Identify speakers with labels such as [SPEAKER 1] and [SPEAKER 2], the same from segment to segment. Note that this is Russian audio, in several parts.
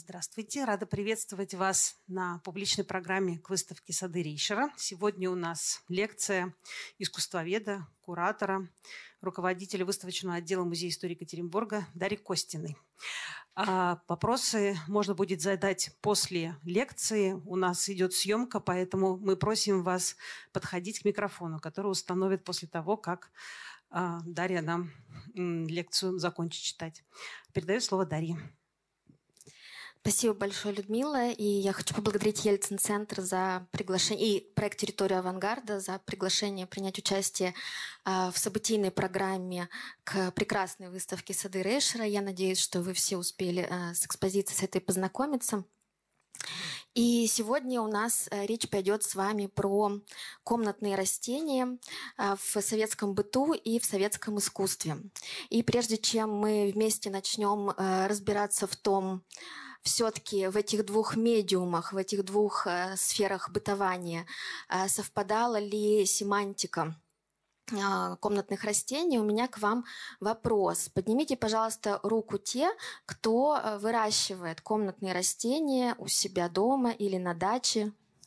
[SPEAKER 1] Здравствуйте, рада приветствовать вас на публичной программе к выставке «Сады Рейшера». Сегодня у нас лекция искусствоведа, куратора, руководителя выставочного отдела Музея истории Екатеринбурга Дарьи Костиной. Вопросы можно будет задать после лекции. У нас идет съемка, поэтому мы просим вас подходить к микрофону, который установят после того, как Дарья нам лекцию закончит читать. Передаю слово Дарье.
[SPEAKER 2] Спасибо большое, Людмила. И я хочу поблагодарить Ельцин-центр за приглашение и проект «Территория авангарда» за приглашение принять участие в событийной программе к прекрасной выставке «Сады Рейшера». Я надеюсь, что вы все успели с экспозицией с этой познакомиться. И сегодня у нас речь пойдет с вами про комнатные растения в советском быту и в советском искусстве. И прежде чем мы вместе начнем разбираться в том, все-таки в этих двух медиумах, в этих двух сферах бытования совпадала ли семантика комнатных растений, у меня к вам вопрос. Поднимите, пожалуйста, руку те, кто выращивает комнатные растения у себя дома или на даче.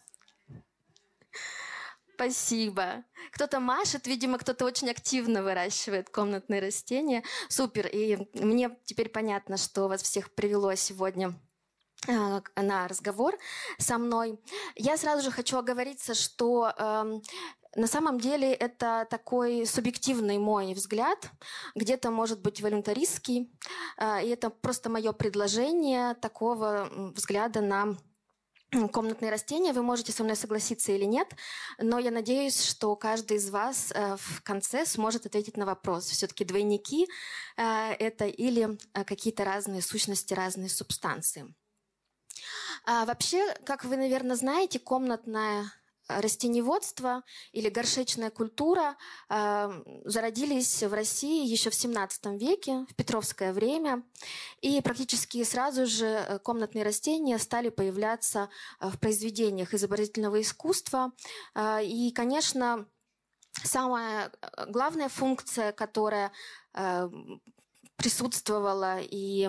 [SPEAKER 2] Спасибо. Кто-то машет, видимо, кто-то очень активно выращивает комнатные растения. Супер. И мне теперь понятно, что вас всех привело сегодня на разговор со мной. Я сразу же хочу оговориться, что на самом деле это такой субъективный мой взгляд, где-то, может быть, волюнтаристский, и это просто мое предложение такого взгляда на комнатные растения. Вы можете со мной согласиться или нет, но я надеюсь, что каждый из вас в конце сможет ответить на вопрос. Все-таки двойники это или какие-то разные сущности, разные субстанции. Вообще, как вы, наверное, знаете, комнатное растениеводство или горшечная культура зародились в России еще в XVII веке, в Петровское время. И практически сразу же комнатные растения стали появляться в произведениях изобразительного искусства. И, конечно, самая главная функция, которая присутствовала и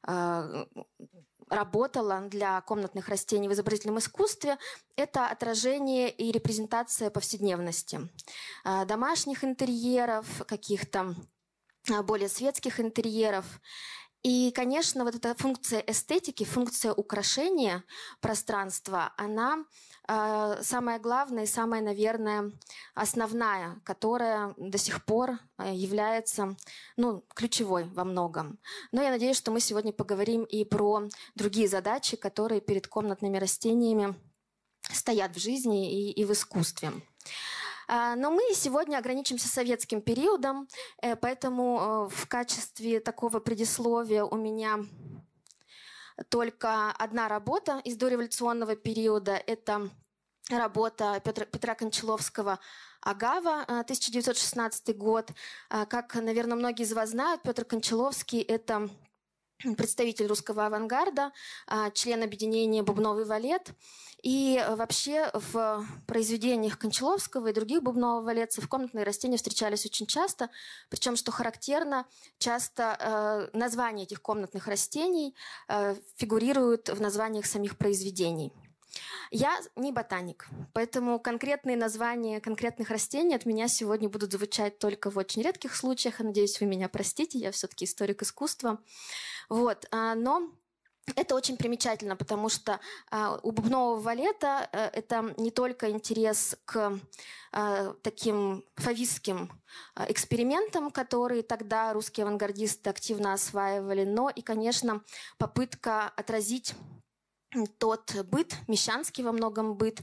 [SPEAKER 2] работала для комнатных растений в изобразительном искусстве, это отражение и репрезентация повседневности. Домашних интерьеров, каких-то более светских интерьеров. И, конечно, вот эта функция эстетики, функция украшения пространства, она самая главная и самая, наверное, основная, которая до сих пор является ключевой во многом. Но я надеюсь, что мы сегодня поговорим и про другие задачи, которые перед комнатными растениями стоят в жизни и в искусстве. Но мы сегодня ограничимся советским периодом, поэтому в качестве такого предисловия у меня только одна работа из дореволюционного периода. Это работа Петра Кончаловского «Агава», 1916 год. Как, наверное, многие из вас знают, Петр Кончаловский – это представитель русского авангарда, член объединения «Бубновый валет». И вообще в произведениях Кончаловского и других бубново-валетцев комнатные растения встречались очень часто. Причем, что характерно, часто названия этих комнатных растений фигурируют в названиях самих произведений. Я не ботаник, поэтому конкретные названия конкретных растений от меня сегодня будут звучать только в очень редких случаях. Надеюсь, вы меня простите, я все-таки историк искусства. Но это очень примечательно, потому что у бубнового валета это не только интерес к таким фавистским экспериментам, которые тогда русские авангардисты активно осваивали, но и, конечно, попытка отразить тот быт, мещанский во многом быт,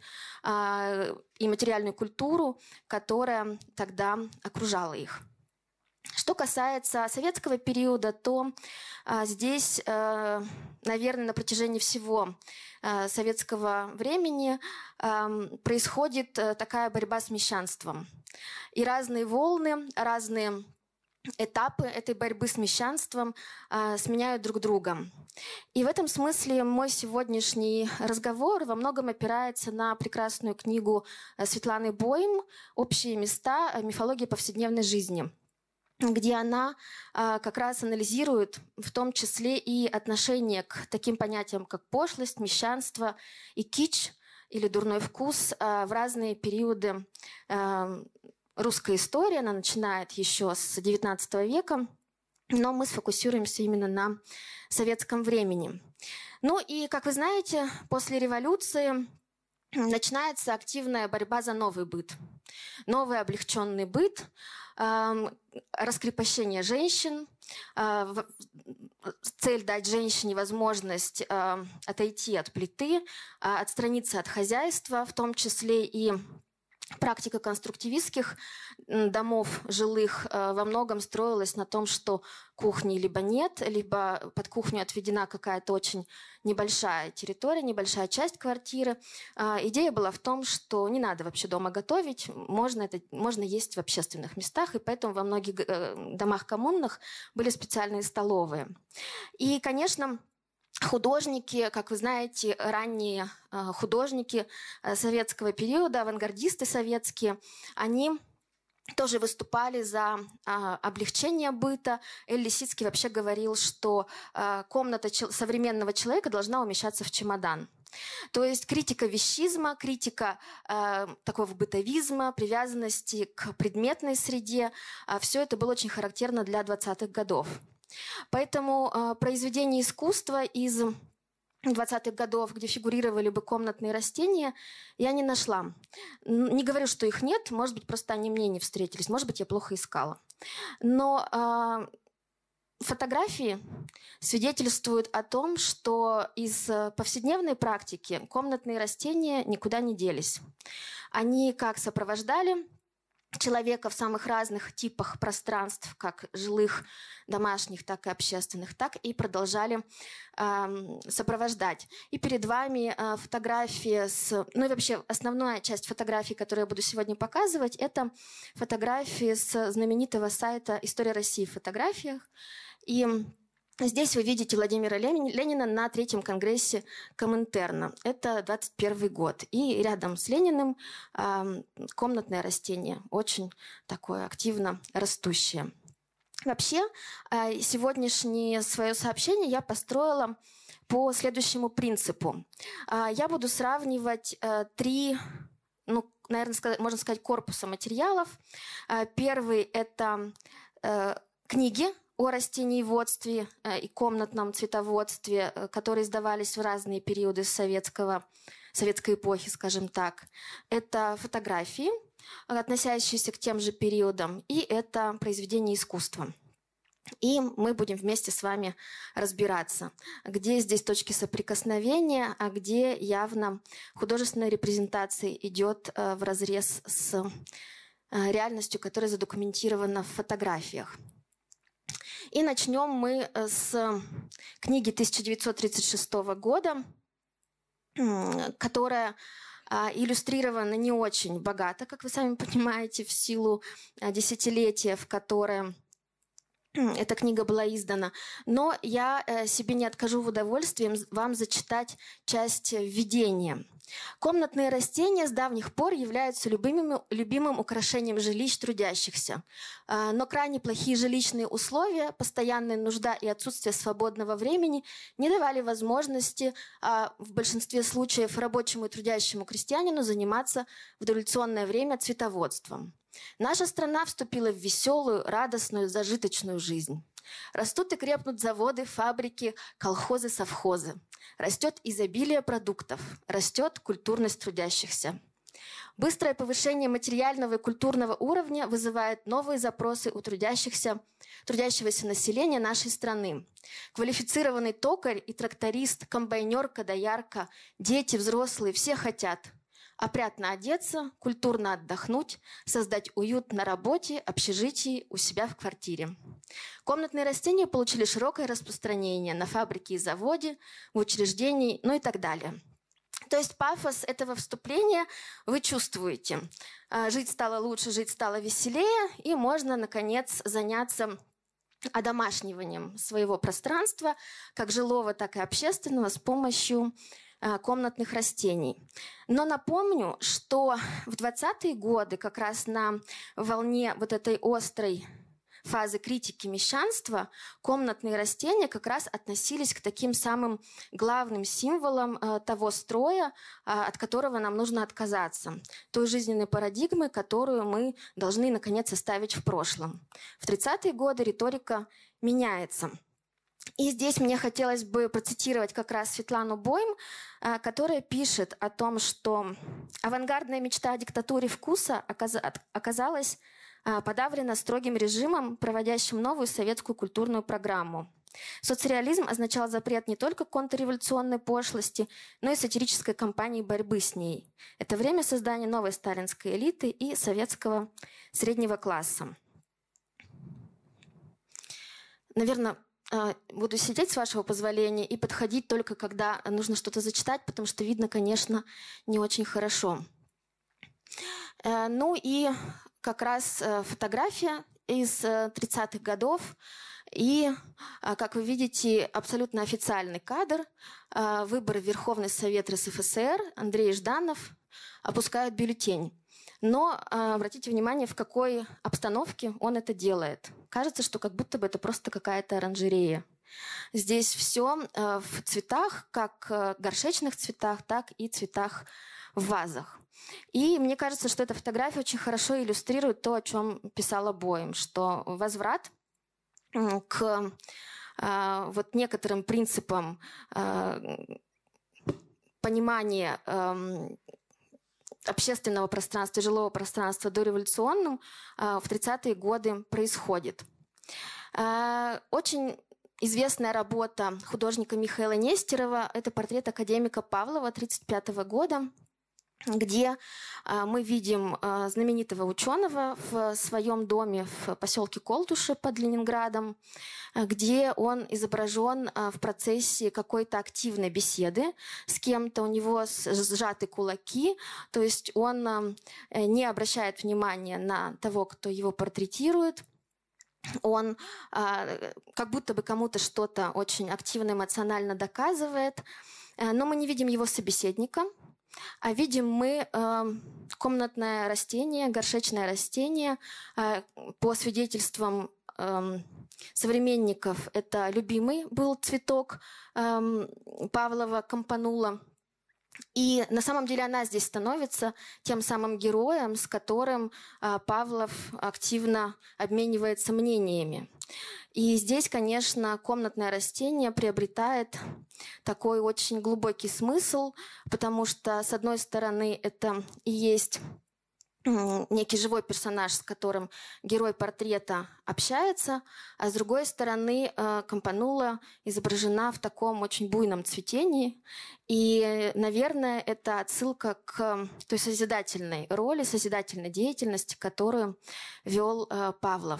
[SPEAKER 2] и материальную культуру, которая тогда окружала их. Что касается советского периода, то здесь, наверное, на протяжении всего советского времени происходит такая борьба с мещанством. И разные волны, разные этапы этой борьбы с мещанством сменяют друг друга. И в этом смысле мой сегодняшний разговор во многом опирается на прекрасную книгу Светланы Бойм «Общие места. Мифология повседневной жизни». где она как раз анализирует в том числе и отношение к таким понятиям, как пошлость, мещанство и кич или дурной вкус в разные периоды русской истории. Она начинает еще с XIX века, но мы сфокусируемся именно на советском времени. Ну и, как вы знаете, после революции начинается активная борьба за новый быт. Новый облегченный быт, раскрепощение женщин, цель дать женщине возможность отойти от плиты, отстраниться от хозяйства, в том числе и практика конструктивистских домов жилых во многом строилась на том, что кухни либо нет, либо под кухню отведена какая-то очень небольшая территория, небольшая часть квартиры. Идея была в том, что не надо вообще дома готовить, можно есть в общественных местах, и поэтому во многих домах коммунных были специальные столовые. И, конечно, художники, как вы знаете, ранние художники советского периода, авангардисты советские, они тоже выступали за облегчение быта. Эль Лисицкий вообще говорил, что комната современного человека должна умещаться в чемодан. То есть критика вещизма, критика такого бытовизма, привязанности к предметной среде, все это было очень характерно для 20-х годов. Поэтому произведения искусства из 20-х годов, где фигурировали бы комнатные растения, я не нашла. Не говорю, что их нет, может быть, просто они мне не встретились, может быть, я плохо искала. Но фотографии свидетельствуют о том, что из повседневной практики комнатные растения никуда не делись. Они как сопровождали человека в самых разных типах пространств, как жилых, домашних, так и общественных, так и продолжали сопровождать. И перед вами фотографии ну и вообще основная часть фотографий, которую я буду сегодня показывать, это фотографии с знаменитого сайта «История России» в фотографиях. И здесь вы видите Владимира Ленина на 3-м конгрессе Коминтерна. Это 21 год. И рядом с Лениным комнатное растение, очень такое активно растущее. Вообще, сегодняшнее свое сообщение я построила по следующему принципу. Я буду сравнивать 3, наверное, можно сказать, корпуса материалов. Первый – это книги о растениеводстве и комнатном цветоводстве, которые издавались в разные периоды советской эпохи, скажем так. Это фотографии, относящиеся к тем же периодам, и это произведения искусства. И мы будем вместе с вами разбираться, где здесь точки соприкосновения, а где явно художественная репрезентация идет вразрез с реальностью, которая задокументирована в фотографиях. И начнем мы с книги 1936 года, которая иллюстрирована не очень богато, как вы сами понимаете, в силу десятилетия, в которое эта книга была издана. Но я себе не откажу в удовольствии вам зачитать часть введения. Комнатные растения с давних пор являются любимым украшением жилищ трудящихся. Но крайне плохие жилищные условия, постоянная нужда и отсутствие свободного времени не давали возможности в большинстве случаев рабочему и трудящему крестьянину заниматься в дореволюционное время цветоводством. Наша страна вступила в веселую, радостную, зажиточную жизнь. Растут и крепнут заводы, фабрики, колхозы, совхозы. Растет изобилие продуктов, растет культурность трудящихся. Быстрое повышение материального и культурного уровня вызывает новые запросы у трудящегося населения нашей страны. Квалифицированный токарь и тракторист, комбайнерка, доярка, дети, взрослые – все хотят опрятно одеться, культурно отдохнуть, создать уют на работе, общежитии, у себя в квартире. Комнатные растения получили широкое распространение на фабрике и заводе, в учреждении, ну и так далее. То есть пафос этого вступления вы чувствуете. Жить стало лучше, жить стало веселее, и можно, наконец, заняться одомашниванием своего пространства, как жилого, так и общественного, с помощью комнатных растений. Но напомню, что в 20-е годы, как раз на волне вот этой острой фазы критики мещанства комнатные растения как раз относились к таким самым главным символам того строя, от которого нам нужно отказаться, той жизненной парадигмы, которую мы должны, наконец, оставить в прошлом. В 30-е годы риторика меняется. И здесь мне хотелось бы процитировать как раз Светлану Бойм, которая пишет о том, что авангардная мечта о диктатуре вкуса оказалась подавлена строгим режимом, проводящим новую советскую культурную программу. Соцреализм означал запрет не только контрреволюционной пошлости, но и сатирической кампании борьбы с ней. Это время создания новой сталинской элиты и советского среднего класса. Наверное, буду сидеть, с вашего позволения, и подходить только когда нужно что-то зачитать, потому что видно, конечно, не очень хорошо. Ну и как раз фотография из 30-х годов. И, как вы видите, абсолютно официальный кадр. Выборы в Верховный Совет РСФСР. Андрей Жданов опускает бюллетень. Но обратите внимание, в какой обстановке он это делает. Кажется, что как будто бы это просто какая-то оранжерея. Здесь все в цветах, как горшечных цветах, так и цветах в вазах. И мне кажется, что эта фотография очень хорошо иллюстрирует то, о чем писала Бойм, что возврат к вот некоторым принципам понимания общественного пространства, жилого пространства дореволюционным в 30-е годы происходит. Очень известная работа художника Михаила Нестерова – это портрет академика Павлова 1935 года, где мы видим знаменитого ученого в своем доме в поселке Колтуши под Ленинградом, где он изображен в процессе какой-то активной беседы с кем-то, у него сжаты кулаки, то есть он не обращает внимания на того, кто его портретирует. Он как будто бы кому-то что-то очень активно, эмоционально доказывает, но мы не видим его собеседника. А видим мы комнатное растение, горшечное растение. По свидетельствам современников, это любимый был цветок Павлова кампанула. И на самом деле она здесь становится тем самым героем, с которым Павлов активно обменивается мнениями. И здесь, конечно, комнатное растение приобретает такой очень глубокий смысл, потому что, с одной стороны, это и есть некий живой персонаж, с которым герой портрета общается, а с другой стороны, кампанула изображена в таком очень буйном цветении. И, наверное, это отсылка к той созидательной роли, созидательной деятельности, которую вел Павлов.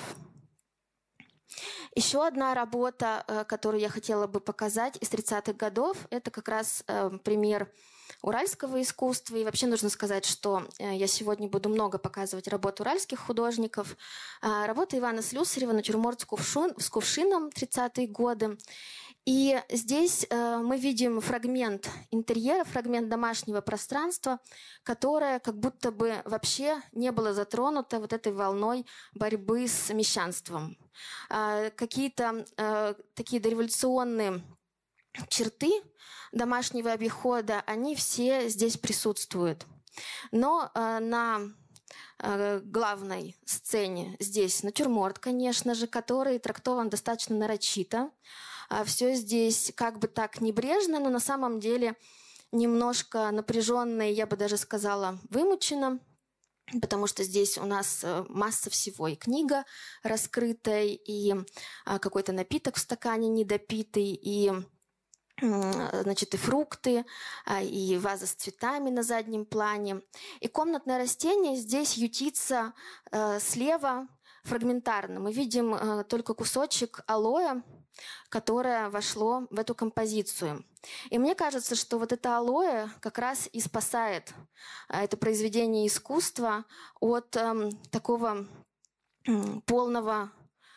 [SPEAKER 2] Еще одна работа, которую я хотела бы показать из 30-х годов, это как раз пример уральского искусства. И вообще нужно сказать, что я сегодня буду много показывать работу уральских художников. Работа Ивана Слюсарева «Натюрморт с кувшином» 30-е годы. И здесь мы видим фрагмент интерьера, фрагмент домашнего пространства, которое как будто бы вообще не было затронуто вот этой волной борьбы с мещанством. Какие-то такие дореволюционные черты домашнего обихода, они все здесь присутствуют. Но на главной сцене здесь натюрморт, конечно же, который трактован достаточно нарочито. Все здесь как бы так небрежно, но на самом деле немножко напряженно, я бы даже сказала, вымучено, потому что здесь у нас масса всего. И книга раскрытая, и какой-то напиток в стакане недопитый, и значит, и фрукты, и ваза с цветами на заднем плане. И комнатное растение здесь ютится слева фрагментарно. Мы видим только кусочек алоэ, которое вошло в эту композицию. И мне кажется, что вот это алоэ как раз и спасает это произведение искусства от такого полного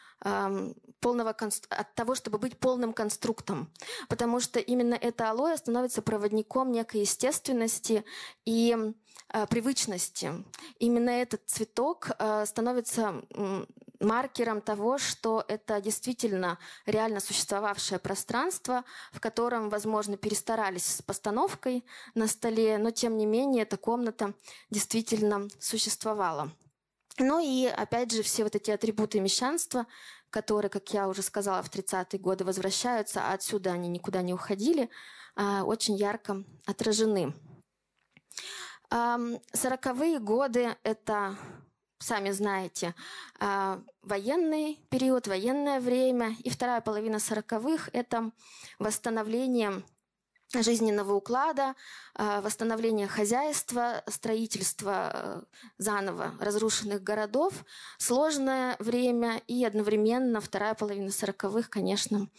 [SPEAKER 2] от того, чтобы быть полным конструктом. Потому что именно это алоэ становится проводником некой естественности и привычности. Именно этот цветок становится маркером того, что это действительно реально существовавшее пространство, в котором, возможно, перестарались с постановкой на столе, но тем не менее эта комната действительно существовала. Ну и, опять же, все вот эти атрибуты мещанства, которые, как я уже сказала, в 30-е годы возвращаются, а отсюда они никуда не уходили, очень ярко отражены. 40-е годы – это, сами знаете, военный период, военное время, и вторая половина 40-х – это восстановление жизненного уклада, восстановление хозяйства, строительство заново разрушенных городов. Сложное время и одновременно вторая половина 40-х, конечно,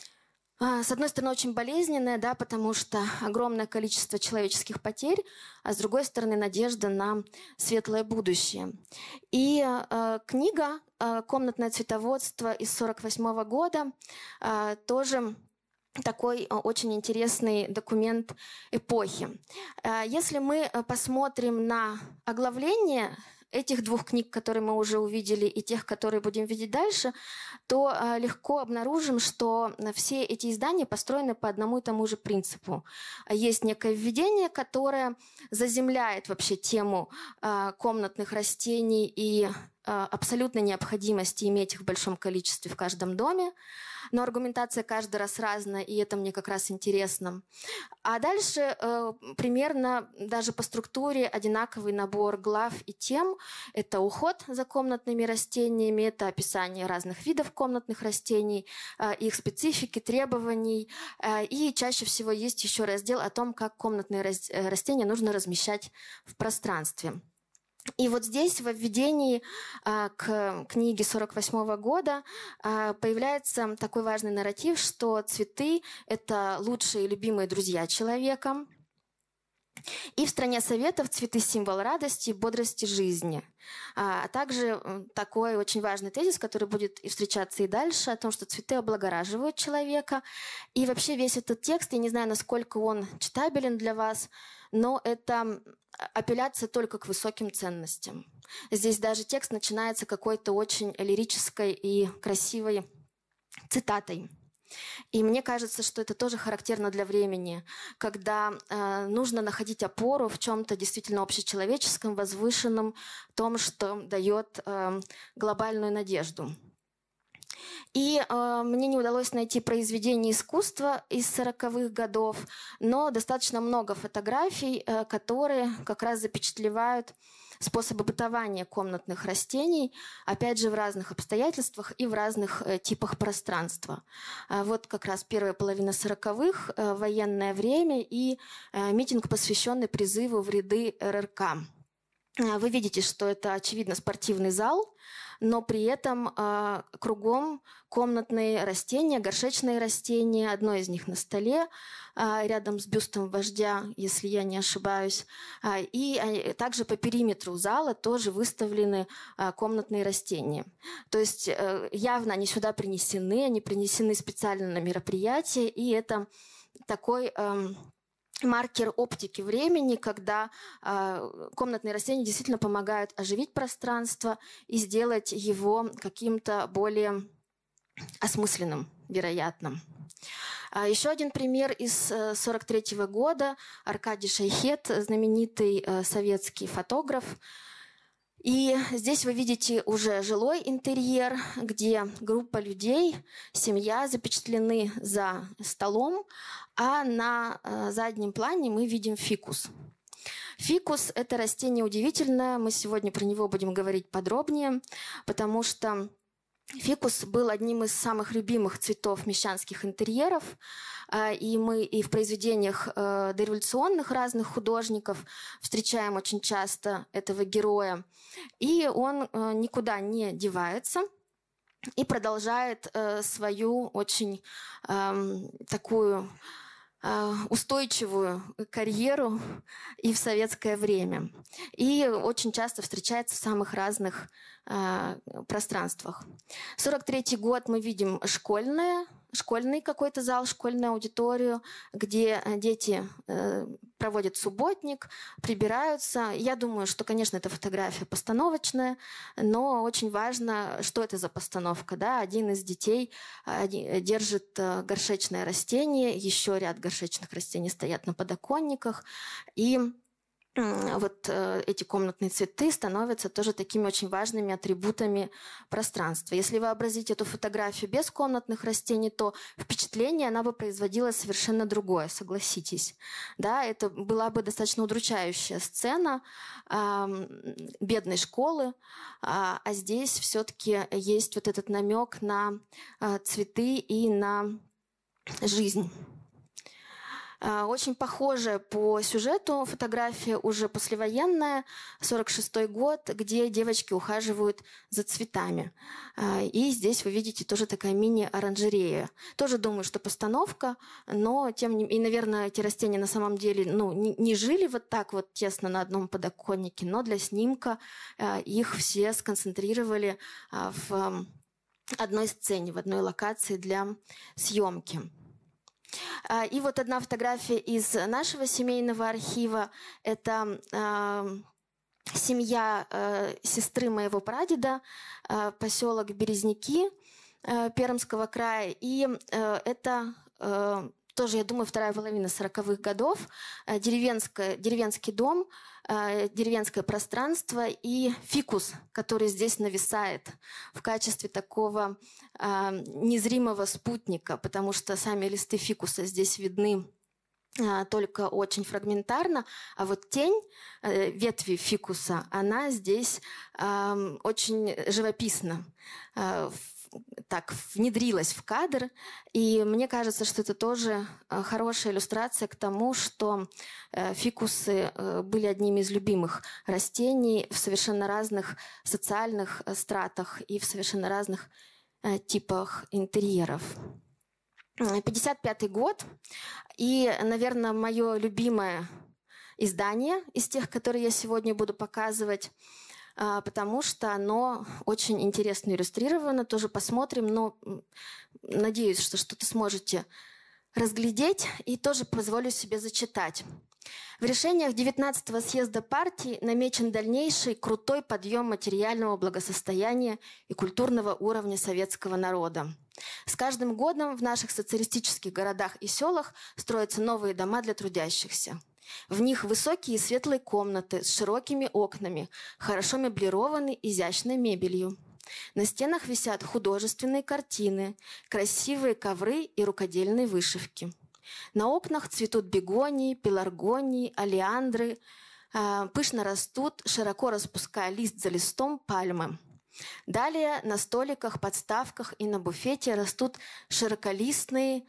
[SPEAKER 2] с одной стороны, очень болезненная, да, потому что огромное количество человеческих потерь, а с другой стороны, надежда на светлое будущее. И книга «Комнатное цветоводство» из 1948 года тоже такой очень интересный документ эпохи. Если мы посмотрим на оглавление этих двух книг, которые мы уже увидели, и тех, которые будем видеть дальше, то легко обнаружим, что все эти издания построены по одному и тому же принципу. Есть некое введение, которое заземляет вообще тему комнатных растений и абсолютной необходимости иметь их в большом количестве в каждом доме. Но аргументация каждый раз разная, и это мне как раз интересно. А дальше примерно даже по структуре одинаковый набор глав и тем. Это уход за комнатными растениями, это описание разных видов комнатных растений, их специфики, требований. И чаще всего есть еще раздел о том, как комнатные растения нужно размещать в пространстве. И вот здесь, во введении к книге 1948 года, появляется такой важный нарратив, что цветы – это лучшие и любимые друзья человека. И в «Стране советов» цветы – символ радости, бодрости жизни. А также такой очень важный тезис, который будет и встречаться и дальше, о том, что цветы облагораживают человека. И вообще весь этот текст, я не знаю, насколько он читабелен для вас, но это апелляция только к высоким ценностям. Здесь даже текст начинается какой-то очень лирической и красивой цитатой. И мне кажется, что это тоже характерно для времени, когда нужно находить опору в чем-то действительно общечеловеческом, возвышенном, том, что дает глобальную надежду. И мне не удалось найти произведения искусства из 40-х годов, но достаточно много фотографий, которые как раз запечатлевают способы бытования комнатных растений, опять же, в разных обстоятельствах и в разных типах пространства. Вот как раз первая половина 40-х, военное время и митинг, посвященный призыву в ряды РРК. Вы видите, что это, очевидно, спортивный зал, но при этом кругом комнатные растения, горшечные растения, одно из них на столе, рядом с бюстом вождя, если я не ошибаюсь. И также по периметру зала тоже выставлены комнатные растения. То есть явно они сюда принесены, они принесены специально на мероприятие, и это такой маркер оптики времени, когда комнатные растения действительно помогают оживить пространство и сделать его каким-то более осмысленным, вероятным. Еще один пример из 1943 года. Аркадий Шайхет, знаменитый советский фотограф. И здесь вы видите уже жилой интерьер, где группа людей, семья запечатлены за столом, а на заднем плане мы видим фикус. Фикус – это растение удивительное, мы сегодня про него будем говорить подробнее, потому что фикус был одним из самых любимых цветов мещанских интерьеров, и мы и в произведениях дореволюционных разных художников встречаем очень часто этого героя. И он никуда не девается и продолжает свою очень такую устойчивую карьеру и в советское время. И очень часто встречается в самых разных пространствах. 1943 год мы видим школьный какой-то зал, школьную аудиторию, где дети проводят субботник, прибираются. Я думаю, что, конечно, эта фотография постановочная, но очень важно, что это за постановка. Да? Один из детей держит горшечное растение, еще ряд горшечных растений стоят на подоконниках, и вот эти комнатные цветы становятся тоже такими очень важными атрибутами пространства. Если вообразить эту фотографию без комнатных растений, то впечатление она бы производила совершенно другое, согласитесь. Да, это была бы достаточно удручающая сцена бедной школы, а здесь все-таки есть вот этот намек на цветы и на жизнь. Очень похожая по сюжету фотография, уже послевоенная, 46-й год, где девочки ухаживают за цветами. И здесь вы видите тоже такая мини-оранжерея. Тоже думаю, что постановка, но тем не менее, и, наверное, эти растения на самом деле не жили вот так вот тесно на одном подоконнике, но для снимка их все сконцентрировали в одной сцене, в одной локации для съемки. И вот одна фотография из нашего семейного архива. Это семья сестры моего прадеда, поселок Березники Пермского края. И это тоже, я думаю, вторая половина 40-х годов. Деревенский дом, деревенское пространство и фикус, который здесь нависает в качестве такого незримого спутника, потому что сами листы фикуса здесь видны только очень фрагментарно, а вот тень ветви фикуса, она здесь очень живописно так внедрилась в кадр, и мне кажется, что это тоже хорошая иллюстрация к тому, что фикусы были одними из любимых растений в совершенно разных социальных стратах и в совершенно разных типах интерьеров. 55-й год, и, наверное, мое любимое издание из тех, которые я сегодня буду показывать, потому что оно очень интересно иллюстрировано. Тоже посмотрим, но надеюсь, что что-то сможете разглядеть, и тоже позволю себе зачитать. В решениях 19-го съезда партии намечен дальнейший крутой подъем материального благосостояния и культурного уровня советского народа. С каждым годом в наших социалистических городах и селах строятся новые дома для трудящихся. В них высокие и светлые комнаты с широкими окнами, хорошо меблированной изящной мебелью. На стенах висят художественные картины, красивые ковры и рукодельные вышивки. На окнах цветут бегонии, пеларгонии, олеандры, пышно растут, широко распуская лист за листом, пальмы. Далее на столиках, подставках и на буфете растут широколистные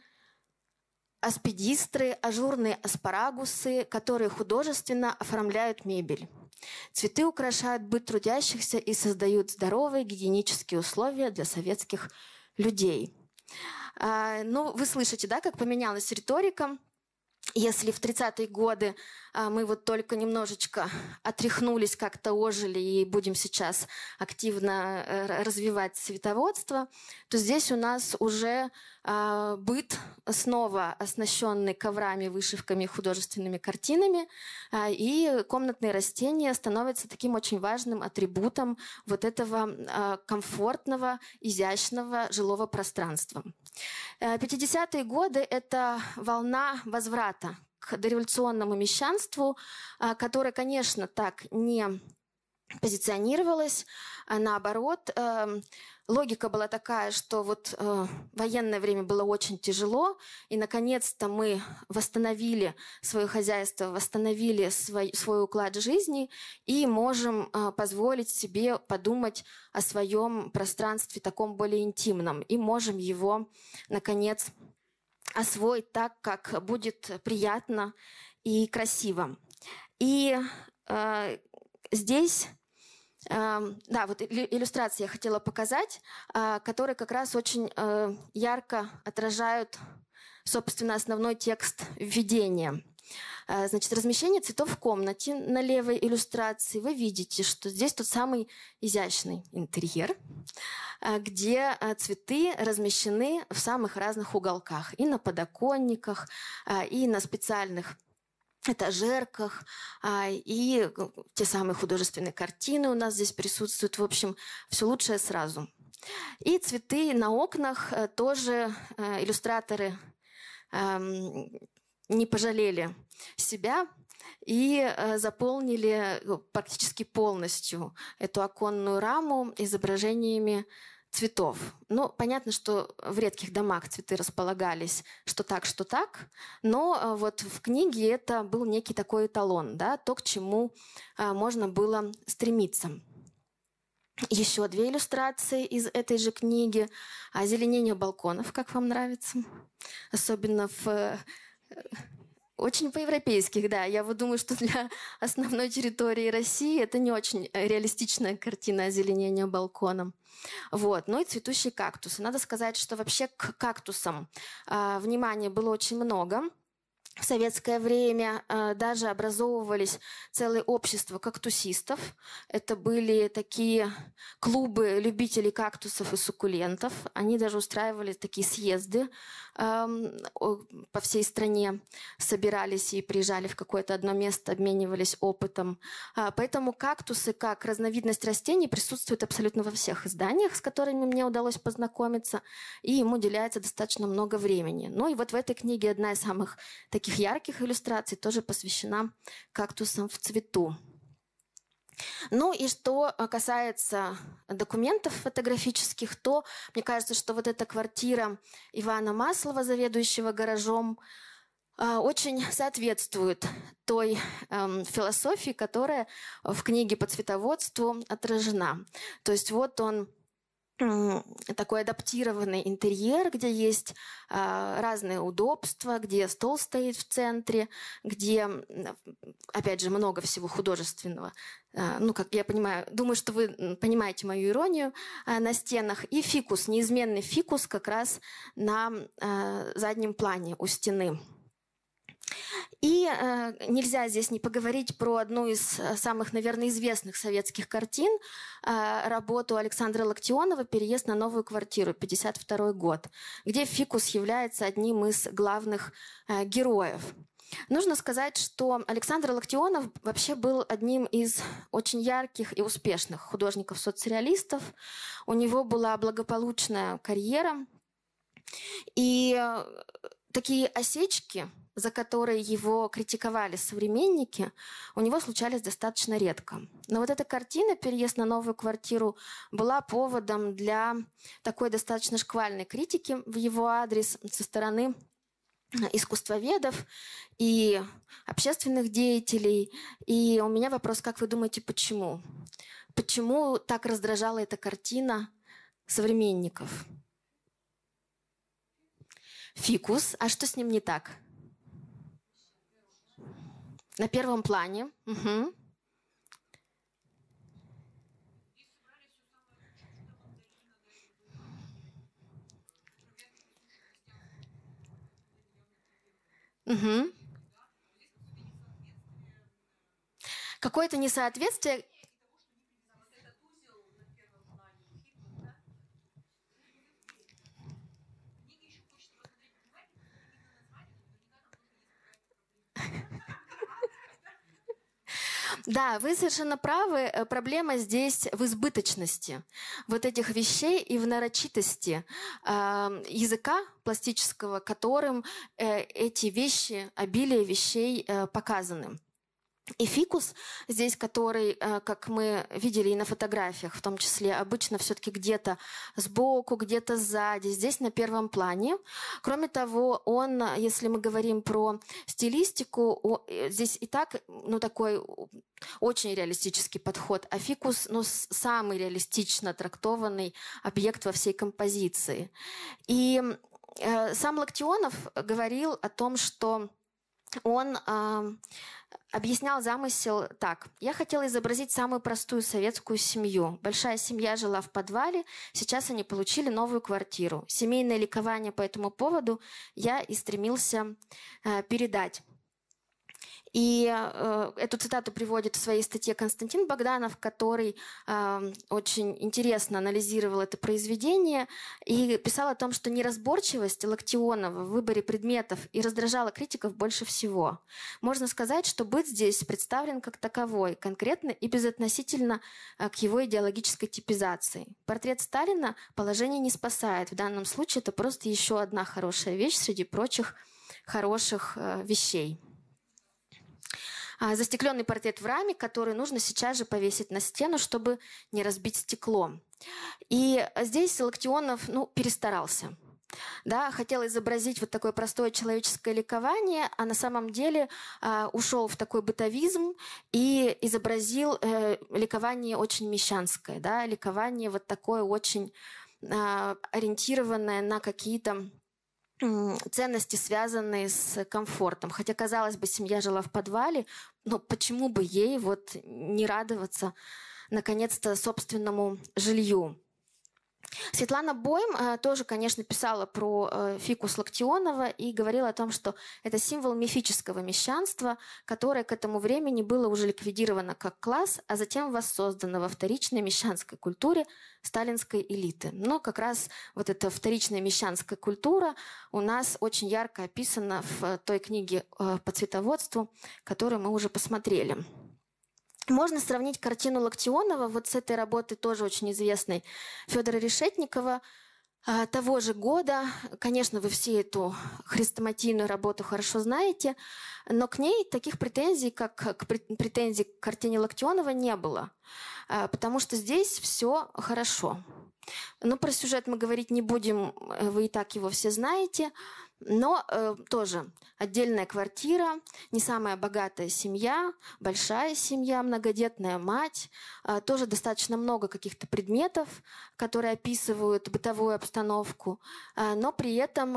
[SPEAKER 2] аспидистры, ажурные аспарагусы, которые художественно оформляют мебель. Цветы украшают быт трудящихся и создают здоровые гигиенические условия для советских людей. Ну, вы слышите, да, как поменялась риторика. Если в 30-е годы мы вот только немножечко отряхнулись, как-то ожили и будем сейчас активно развивать цветоводство, то здесь у нас уже быт снова оснащенный коврами, вышивками, художественными картинами, и комнатные растения становятся таким очень важным атрибутом вот этого комфортного, изящного жилого пространства. 50-е годы – это волна возврата к дореволюционному мещанству, которое, конечно, так не позиционировалось. Наоборот, логика была такая, что вот военное время было очень тяжело, и, наконец-то, мы восстановили свое хозяйство, восстановили свой уклад жизни и можем позволить себе подумать о своем пространстве таком более интимном, и можем его, наконец, освоить так, как будет приятно и красиво. И здесь, да, вот иллюстрации я хотела показать, которые как раз очень ярко отражают, собственно, основной текст введения. Значит, размещение цветов в комнате на левой иллюстрации. Вы видите, что здесь тот самый изящный интерьер, где цветы размещены в самых разных уголках. И на подоконниках, и на специальных этажерках, и те самые художественные картины у нас здесь присутствуют. В общем, все лучшее сразу. И цветы на окнах тоже иллюстраторы не пожалели себя и заполнили практически полностью эту оконную раму изображениями цветов. Ну, понятно, что в редких домах цветы располагались что так, но вот в книге это был некий такой эталон, да, то, к чему можно было стремиться. Еще 2 иллюстрации из этой же книги. Озеленение балконов, как вам нравится? Особенно очень по-европейских, да. Я вот думаю, что для основной территории России это не очень реалистичная картина озеленения балконом. Вот. Ну и цветущие кактусы. Надо сказать, что вообще к кактусам внимания было очень много. В советское время даже образовывались целые общества кактусистов. Это были такие клубы любителей кактусов и суккулентов. Они даже устраивали такие съезды по всей стране, собирались и приезжали в какое-то одно место, обменивались опытом. Поэтому кактусы как разновидность растений присутствуют абсолютно во всех изданиях, с которыми мне удалось познакомиться, и ему уделяется достаточно много времени. Ну и вот в этой книге одна из самых таких ярких иллюстраций тоже посвящена кактусам в цвету. Ну и что касается документов фотографических, то мне кажется, что вот эта квартира Ивана Маслова, заведующего гаражом, очень соответствует той философии, которая в книге по цветоводству отражена. То есть вот он такой адаптированный интерьер, где есть разные удобства, где стол стоит в центре, где, опять же, много всего художественного. Ну, как я понимаю, думаю, что вы понимаете мою иронию, на стенах. И фикус, неизменный фикус как раз на заднем плане у стены. И нельзя здесь не поговорить про одну из самых, наверное, известных советских картин, работу Александра Локтионова «Переезд на новую квартиру», 1952 год, где фикус является одним из главных героев. Нужно сказать, что Александр Локтионов вообще был одним из очень ярких и успешных художников-соцреалистов. У него была благополучная карьера, и такие осечки, за которые его критиковали современники, у него случались достаточно редко. Но вот эта картина «Переезд на новую квартиру» была поводом для такой достаточно шквальной критики в его адрес со стороны искусствоведов и общественных деятелей. И у меня вопрос, как вы думаете, почему? Почему так раздражала эта картина современников? Фикус. А что с ним не так? На первом плане. Угу. Угу. Какое-то несоответствие. Да, вы совершенно правы. Проблема здесь в избыточности вот этих вещей и в нарочитости языка пластического, которым эти вещи, обилие вещей показаны. И фикус здесь, который, как мы видели и на фотографиях, в том числе, обычно все-таки где-то сбоку, где-то сзади, здесь на первом плане. Кроме того, он, если мы говорим про стилистику, здесь и так, такой очень реалистический подход, а фикус, самый реалистично трактованный объект во всей композиции. И сам Локтионов говорил о том, что он объяснял замысел так. Я хотела изобразить самую простую советскую семью. Большая семья жила в подвале, сейчас они получили новую квартиру. Семейное ликование по этому поводу я и стремился передать. И эту цитату приводит в своей статье Константин Богданов, который очень интересно анализировал это произведение и писал о том, что неразборчивость Локтионова в выборе предметов и раздражала критиков больше всего. Можно сказать, что быт здесь представлен как таковой, конкретно и безотносительно к его идеологической типизации. Портрет Сталина положение не спасает. В данном случае это просто еще одна хорошая вещь среди прочих хороших вещей. Застекленный портрет в раме, который нужно сейчас же повесить на стену, чтобы не разбить стекло. И здесь Локтионов перестарался. Да, хотел изобразить вот такое простое человеческое ликование, а на самом деле ушел в такой бытовизм и изобразил ликование очень мещанское, да, ликование вот такое очень ориентированное на какие-то ценности, связанные с комфортом. Хотя, казалось бы, семья жила в подвале, но почему бы ей вот не радоваться наконец-то собственному жилью? Светлана Бойм тоже, конечно, писала про фикус Локтионова и говорила о том, что это символ мифического мещанства, которое к этому времени было уже ликвидировано как класс, а затем воссоздано во вторичной мещанской культуре сталинской элиты. Но как раз вот эта вторичная мещанская культура у нас очень ярко описана в той книге по цветоводству, которую мы уже посмотрели. Можно сравнить картину Локтионова вот с этой работой, тоже очень известной, Федора Решетникова, того же года. Конечно, вы все эту хрестоматийную работу хорошо знаете, но к ней таких претензий, как претензий к картине Локтионова, не было, потому что здесь все хорошо. Но про сюжет мы говорить не будем, вы и так его все знаете. Но тоже отдельная квартира, не самая богатая семья, большая семья, многодетная мать, тоже достаточно много каких-то предметов, которые описывают бытовую обстановку, но при этом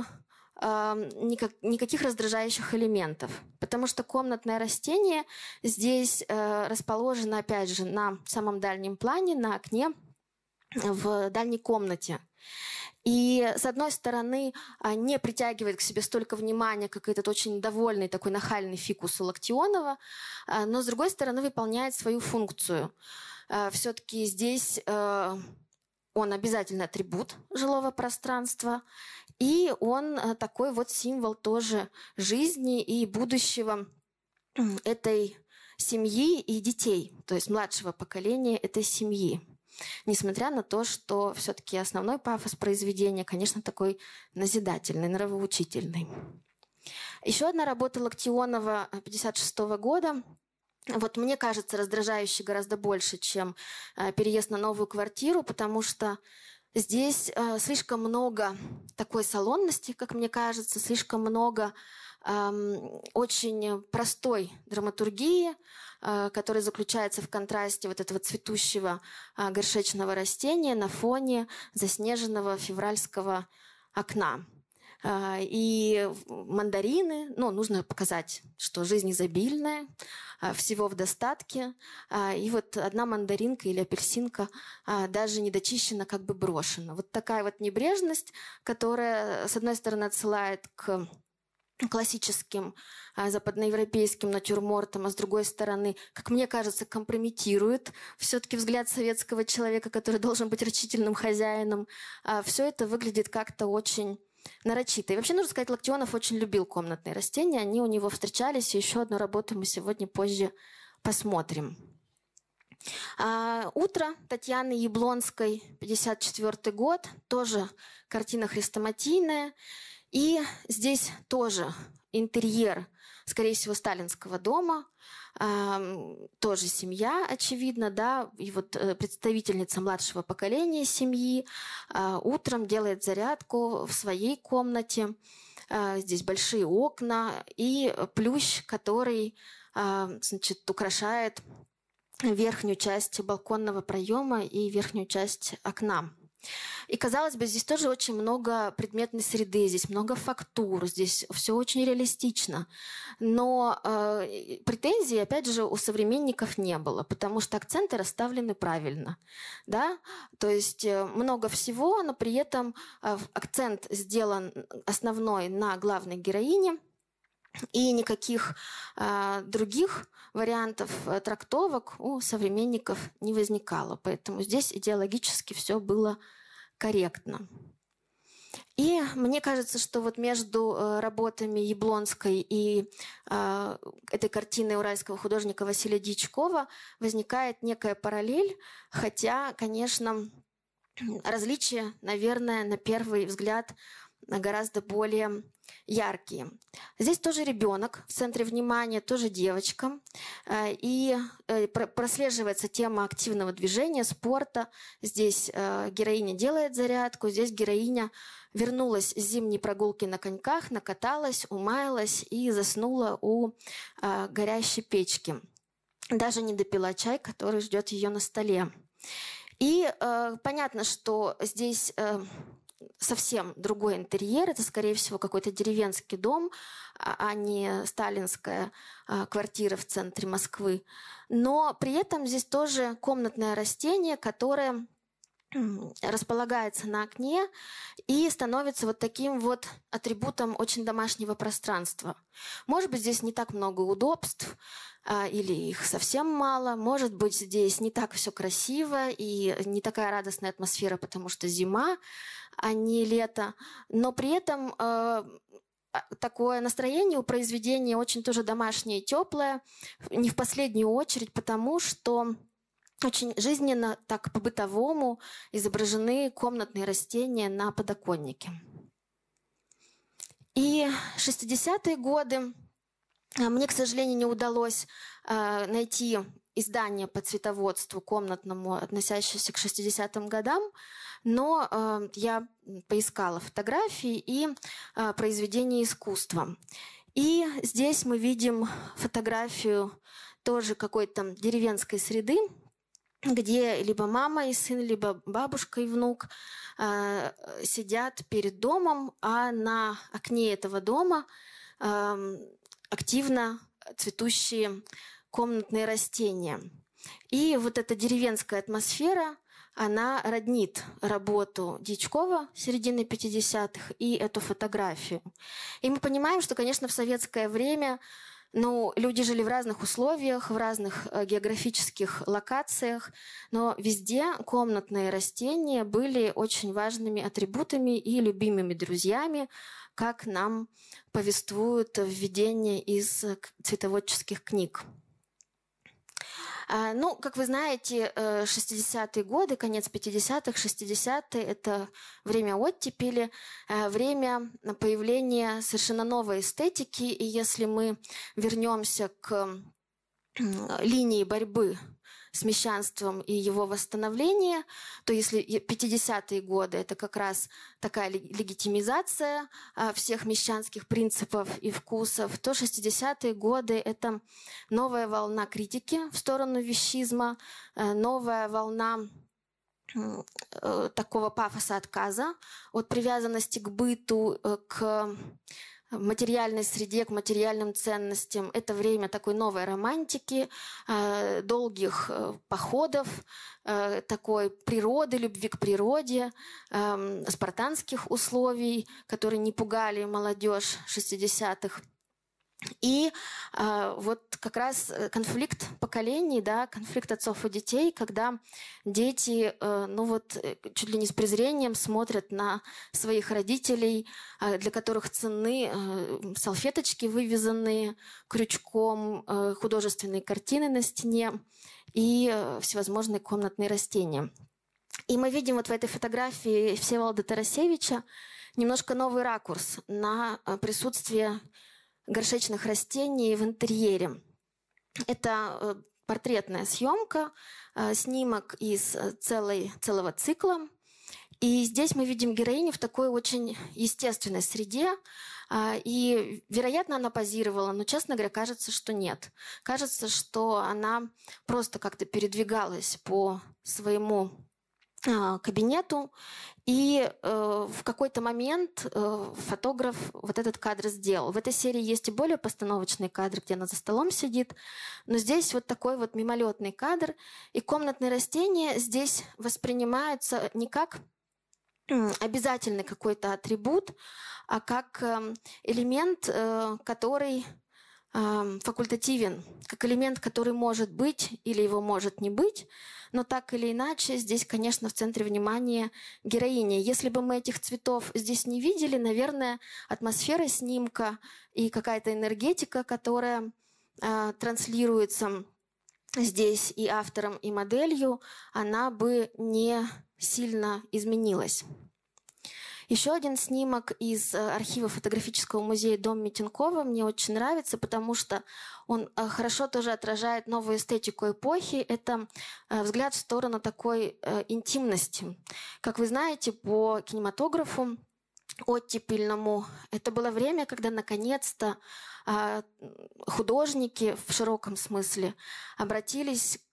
[SPEAKER 2] никаких раздражающих элементов, потому что комнатное растение здесь расположено, опять же, на самом дальнем плане, на окне в дальней комнате. И, с одной стороны, не притягивает к себе столько внимания, как этот очень довольный, такой нахальный фикус у Локтионова, но, с другой стороны, выполняет свою функцию. Все-таки здесь он обязательный атрибут жилого пространства, и он такой вот символ тоже жизни и будущего этой семьи и детей, то есть младшего поколения этой семьи. Несмотря на то, что все-таки основной пафос произведения, конечно, такой назидательный, нравоучительный. Еще одна работа Локтионова 1956 года. Вот мне кажется, раздражающей гораздо больше, чем переезд на новую квартиру, потому что здесь слишком много такой салонности, как мне кажется, слишком много очень простой драматургии, который заключается в контрасте вот этого цветущего горшечного растения на фоне заснеженного февральского окна. И мандарины, нужно показать, что жизнь изобильная, всего в достатке. И вот одна мандаринка или апельсинка даже недочищена, как бы брошена. Вот такая вот небрежность, которая, с одной стороны, отсылает к классическим западноевропейским натюрмортом, а с другой стороны, как мне кажется, компрометирует все-таки взгляд советского человека, который должен быть рачительным хозяином. Все это выглядит как-то очень нарочито. И вообще, нужно сказать, Локтионов очень любил комнатные растения. Они у него встречались, и еще одну работу мы сегодня позже посмотрим. «Утро» Татьяны Яблонской, 1954 год. Тоже картина хрестоматийная. И здесь тоже интерьер, скорее всего, сталинского дома, тоже семья, очевидно, да, и вот представительница младшего поколения семьи утром делает зарядку в своей комнате. Здесь большие окна и плющ, который, украшает верхнюю часть балконного проема и верхнюю часть окна. И, казалось бы, здесь тоже очень много предметной среды, здесь много фактур, здесь все очень реалистично. Но претензий, опять же, у современников не было, потому что акценты расставлены правильно. Да? То есть много всего, но при этом акцент сделан основной на главной героине, и никаких других вариантов трактовок у современников не возникало. Поэтому здесь идеологически все было корректно. И мне кажется, что вот между работами Яблонской и этой картиной уральского художника Василия Дьячкова возникает некая параллель, хотя, конечно, различия, наверное, на первый взгляд гораздо более яркие. Здесь тоже ребенок в центре внимания, тоже девочка. И прослеживается тема активного движения, спорта. Здесь героиня делает зарядку, здесь героиня вернулась с зимней прогулки на коньках, накаталась, умаялась и заснула у горящей печки. Даже не допила чай, который ждет ее на столе. И понятно, что здесь совсем другой интерьер. Это, скорее всего, какой-то деревенский дом, а не сталинская квартира в центре Москвы. Но при этом здесь тоже комнатное растение, которое располагается на окне и становится вот таким вот атрибутом очень домашнего пространства. Может быть, здесь не так много удобств, или их совсем мало. Может быть, здесь не так все красиво и не такая радостная атмосфера, потому что зима, а не лето. Но при этом такое настроение у произведения очень тоже домашнее и теплое, не в последнюю очередь, потому что очень жизненно, так по-бытовому изображены комнатные растения на подоконнике. И 60-е годы мне, к сожалению, не удалось найти издание по цветоводству комнатному, относящееся к 60-м годам, но я поискала фотографии и произведения искусства. И здесь мы видим фотографию тоже какой-то деревенской среды, где либо мама и сын, либо бабушка и внук сидят перед домом, а на окне этого дома активно цветущие комнатные растения. И вот эта деревенская атмосфера, она роднит работу Дьячкова середины 50-х и эту фотографию. И мы понимаем, что, конечно, в советское время люди жили в разных условиях, в разных географических локациях, но везде комнатные растения были очень важными атрибутами и любимыми друзьями, как нам повествуют введение из цветоводческих книг. Как вы знаете, 60-е годы, конец 50-х, 60-е – это время оттепели, время появления совершенно новой эстетики. И если мы вернемся к линии борьбы с мещанством и его восстановления, то если 50-е годы – это как раз такая легитимизация всех мещанских принципов и вкусов, то 60-е годы – это новая волна критики в сторону вещизма, новая волна такого пафоса отказа от привязанности к быту, к материальной среде, к материальным ценностям. Это время такой новой романтики, долгих походов, такой природы, любви к природе, спартанских условий, которые не пугали молодежь 60-х. И вот как раз конфликт поколений, конфликт отцов и детей, когда дети чуть ли не с презрением смотрят на своих родителей, для которых ценны салфеточки, вывязанные крючком, художественные картины на стене и всевозможные комнатные растения. И мы видим вот в этой фотографии Всеволода Тарасевича немножко новый ракурс на присутствие горшечных растений в интерьере. Это портретная съемка, снимок из целого цикла. И здесь мы видим героиню в такой очень естественной среде. И, вероятно, она позировала, но, честно говоря, кажется, что нет. Кажется, что она просто как-то передвигалась по своему кабинету, и в какой-то момент фотограф вот этот кадр сделал. В этой серии есть и более постановочные кадры, где она за столом сидит, но здесь вот такой вот мимолетный кадр, и комнатные растения здесь воспринимаются не как обязательный какой-то атрибут, а как элемент, который факультативен, как элемент, который может быть или его может не быть, но так или иначе здесь, конечно, в центре внимания героиня. Если бы мы этих цветов здесь не видели, наверное, атмосфера снимка и какая-то энергетика, которая транслируется здесь и автором, и моделью, она бы не сильно изменилась. Еще один снимок из архива фотографического музея «Дом Митенкова» мне очень нравится, потому что он хорошо тоже отражает новую эстетику эпохи. Это взгляд в сторону такой интимности. Как вы знаете, по кинематографу оттепельному это было время, когда наконец-то художники в широком смысле обратили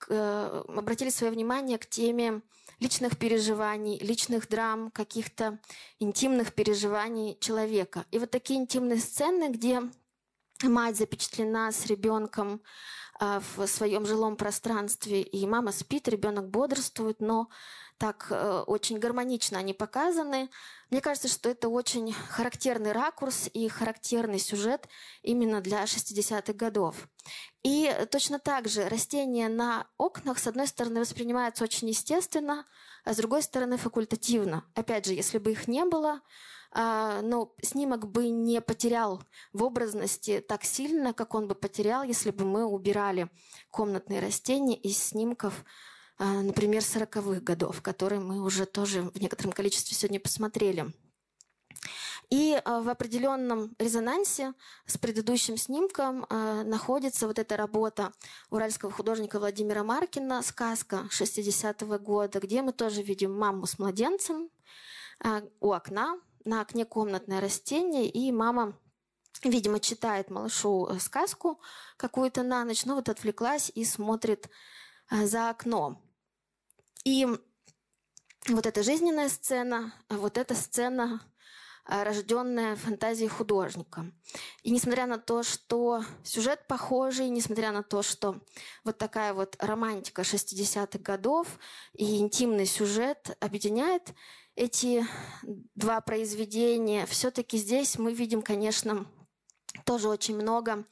[SPEAKER 2] свое внимание к теме личных переживаний, личных драм, каких-то интимных переживаний человека. И вот такие интимные сцены, где мать запечатлена с ребенком в своем жилом пространстве, и мама спит, ребенок бодрствует, но так очень гармонично они показаны. Мне кажется, что это очень характерный ракурс и характерный сюжет именно для 60-х годов. И точно так же растения на окнах, с одной стороны, воспринимаются очень естественно, а с другой стороны, факультативно. Опять же, если бы их не было, снимок бы не потерял в образности так сильно, как он бы потерял, если бы мы убирали комнатные растения из снимков, например, 40-х годов, которые мы уже тоже в некотором количестве сегодня посмотрели. И в определенном резонансе с предыдущим снимком находится вот эта работа уральского художника Владимира Маркина «Сказка» 60-го года, где мы тоже видим маму с младенцем у окна. На окне комнатное растение, и мама, видимо, читает малышу сказку какую-то на ночь, но вот отвлеклась и смотрит за окно. И вот эта жизненная сцена, вот эта сцена, рожденная фантазией художника. И несмотря на то, что сюжет похожий, несмотря на то, что вот такая вот романтика 60-х годов и интимный сюжет объединяет эти два произведения, все-таки здесь мы видим, конечно, тоже очень много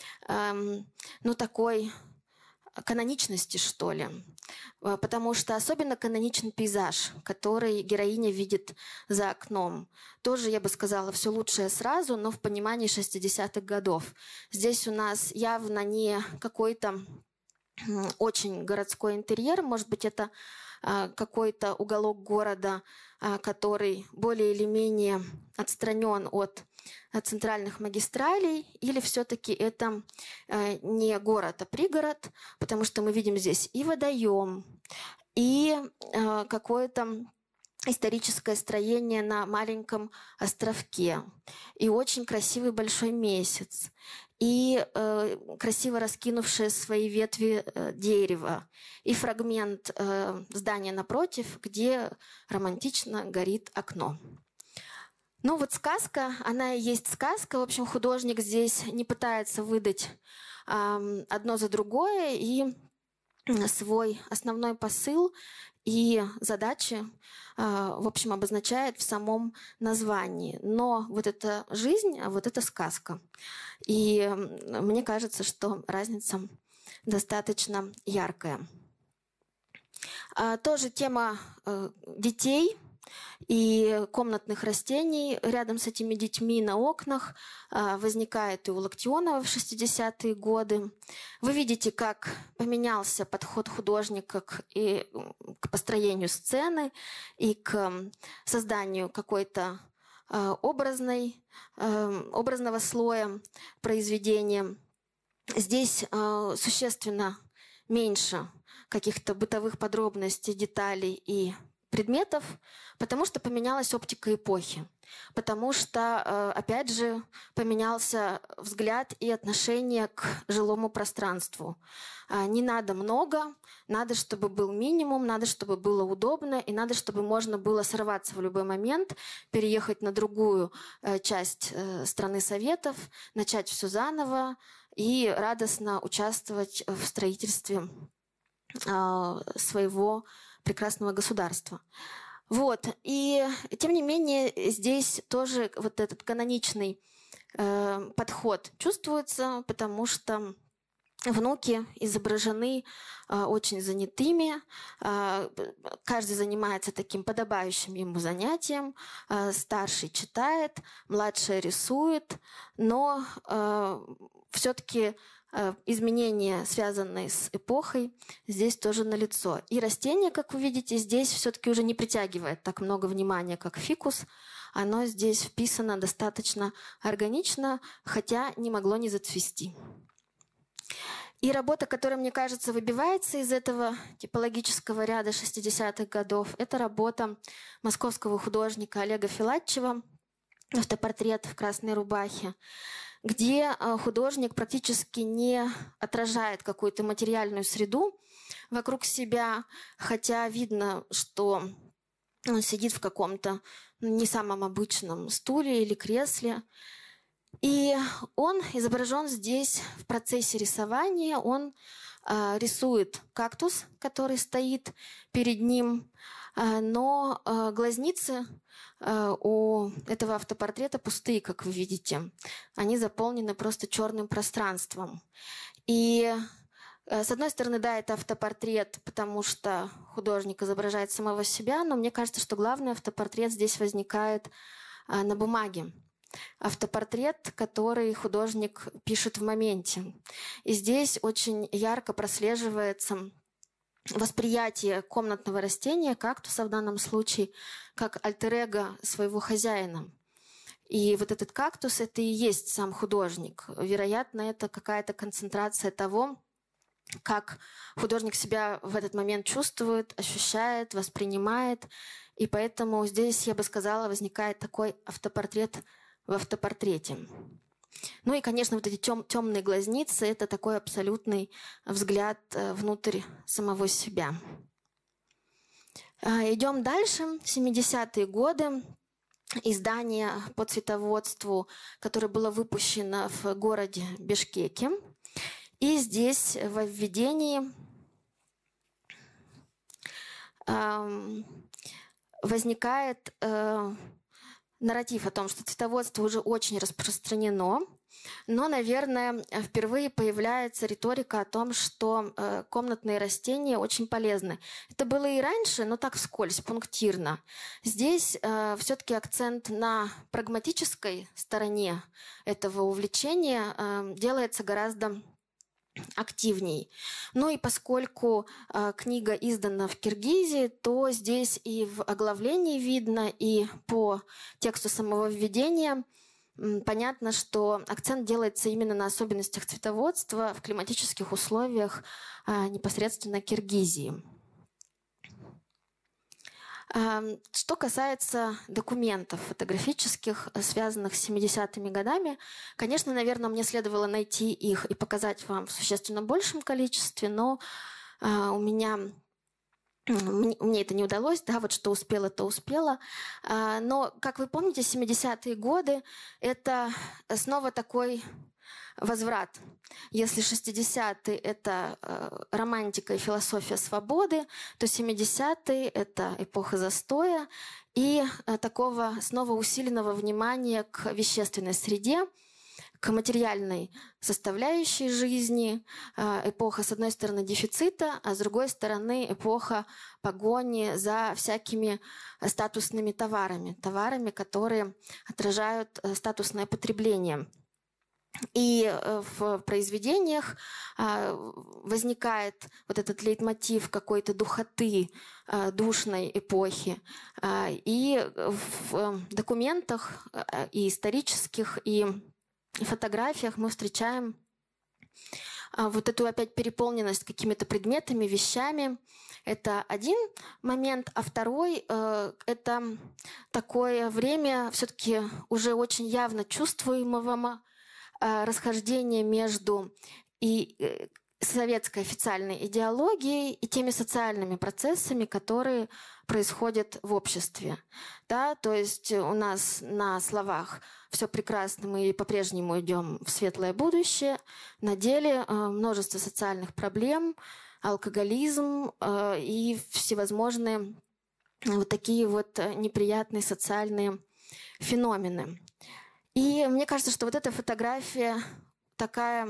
[SPEAKER 2] такой каноничности, что ли. Потому что особенно каноничен пейзаж, который героиня видит за окном. Тоже, я бы сказала, все лучшее сразу, но в понимании 60-х годов. Здесь у нас явно не какой-то очень городской интерьер, может быть, это какой-то уголок города, который более или менее отстранен от центральных магистралей, или все-таки это не город, а пригород, потому что мы видим здесь и водоем, и какое-то историческое строение на маленьком островке, и очень красивый большой месяц, и красиво раскинувшее свои ветви дерево, и фрагмент здания напротив, где романтично горит окно. Ну вот сказка, она и есть сказка. В общем, художник здесь не пытается выдать одно за другое, и свой основной посыл и задачи, в общем, обозначает в самом названии. Но вот это жизнь, а вот это сказка. И мне кажется, что разница достаточно яркая. Тоже тема детей и комнатных растений рядом с этими детьми на окнах возникает и у Локтионова в 60-е годы. Вы видите, как поменялся подход художника к построению сцены и к созданию какой-то образного слоя произведения. Здесь существенно меньше каких-то бытовых подробностей, деталей и предметов, потому что поменялась оптика эпохи, потому что, опять же, поменялся взгляд и отношение к жилому пространству. Не надо много, надо, чтобы был минимум, надо, чтобы было удобно, и надо, чтобы можно было сорваться в любой момент, переехать на другую часть страны Советов, начать все заново и радостно участвовать в строительстве своего прекрасного государства. Вот. И тем не менее здесь тоже вот этот каноничный подход чувствуется, потому что внуки изображены очень занятыми, каждый занимается таким подобающим ему занятием, старший читает, младший рисует, но все-таки изменения, связанные с эпохой, здесь тоже налицо. И растение, как вы видите, здесь все-таки уже не притягивает так много внимания, как фикус. Оно здесь вписано достаточно органично, хотя не могло не зацвести. И работа, которая, мне кажется, выбивается из этого типологического ряда 60-х годов, это работа московского художника Олега Филатчева «Автопортрет в красной рубахе», где художник практически не отражает какую-то материальную среду вокруг себя, хотя видно, что он сидит в каком-то не самом обычном стуле или кресле. И он изображен здесь в процессе рисования. Он рисует кактус, который стоит перед ним, но глазницы у этого автопортрета пустые, как вы видите. Они заполнены просто черным пространством. И с одной стороны, да, это автопортрет, потому что художник изображает самого себя, но мне кажется, что главный автопортрет здесь возникает на бумаге. Автопортрет, который художник пишет в моменте. И здесь очень ярко прослеживается восприятие комнатного растения, кактуса в данном случае, как альтер-эго своего хозяина. И вот этот кактус – это и есть сам художник. Вероятно, это какая-то концентрация того, как художник себя в этот момент чувствует, ощущает, воспринимает. И поэтому здесь, я бы сказала, возникает такой автопортрет в автопортрете. Ну и, конечно, вот эти темные глазницы – это такой абсолютный взгляд внутрь самого себя. Идем дальше. 70-е годы. Издание по цветоводству, которое было выпущено в городе Бишкеке. И здесь во введении возникает нарратив о том, что цветоводство уже очень распространено, но, наверное, впервые появляется риторика о том, что комнатные растения очень полезны. Это было и раньше, но так вскользь, пунктирно. Здесь все-таки акцент на прагматической стороне этого увлечения делается гораздо активней. Ну и поскольку книга издана в Киргизии, то здесь и в оглавлении видно, и по тексту самого введения понятно, что акцент делается именно на особенностях цветоводства в климатических условиях непосредственно Киргизии. Что касается документов фотографических, связанных с 70-ми годами, конечно, наверное, мне следовало найти их и показать вам в существенно большем количестве, но мне это не удалось, да, вот что успела, то успела. Но, как вы помните, 70-е годы – это снова такой возврат. Если 60-е – это романтика и философия свободы, то 70-е – это эпоха застоя и такого снова усиленного внимания к вещественной среде, к материальной составляющей жизни, эпоха, с одной стороны, дефицита, а с другой стороны, эпоха погони за всякими статусными товарами, которые отражают статусное потребление. И в произведениях возникает вот этот лейтмотив какой-то духоты, душной эпохи. И в документах и исторических, и фотографиях мы встречаем вот эту опять переполненность какими-то предметами, вещами. Это один момент. А второй – это такое время все-таки уже очень явно чувствуемого расхождение между и советской официальной идеологией и теми социальными процессами, которые происходят в обществе. Да? То есть у нас на словах все прекрасно, мы по-прежнему идем в светлое будущее. На деле множество социальных проблем, алкоголизм и всевозможные вот такие вот неприятные социальные феномены. И мне кажется, что вот эта фотография такая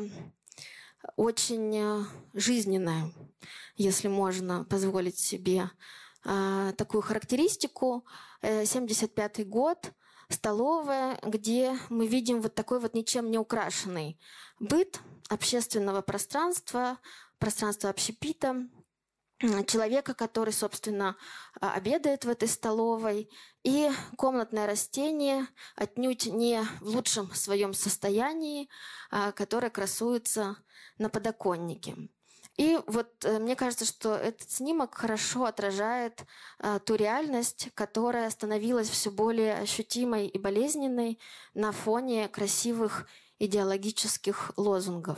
[SPEAKER 2] очень жизненная, если можно позволить себе такую характеристику. 75-й год, столовая, где мы видим вот такой вот ничем не украшенный быт общественного пространства, пространства общепита, человека, который, собственно, обедает в этой столовой, и комнатное растение отнюдь не в лучшем своем состоянии, которое красуется на подоконнике. И вот мне кажется, что этот снимок хорошо отражает ту реальность, которая становилась все более ощутимой и болезненной на фоне красивых идеологических лозунгов.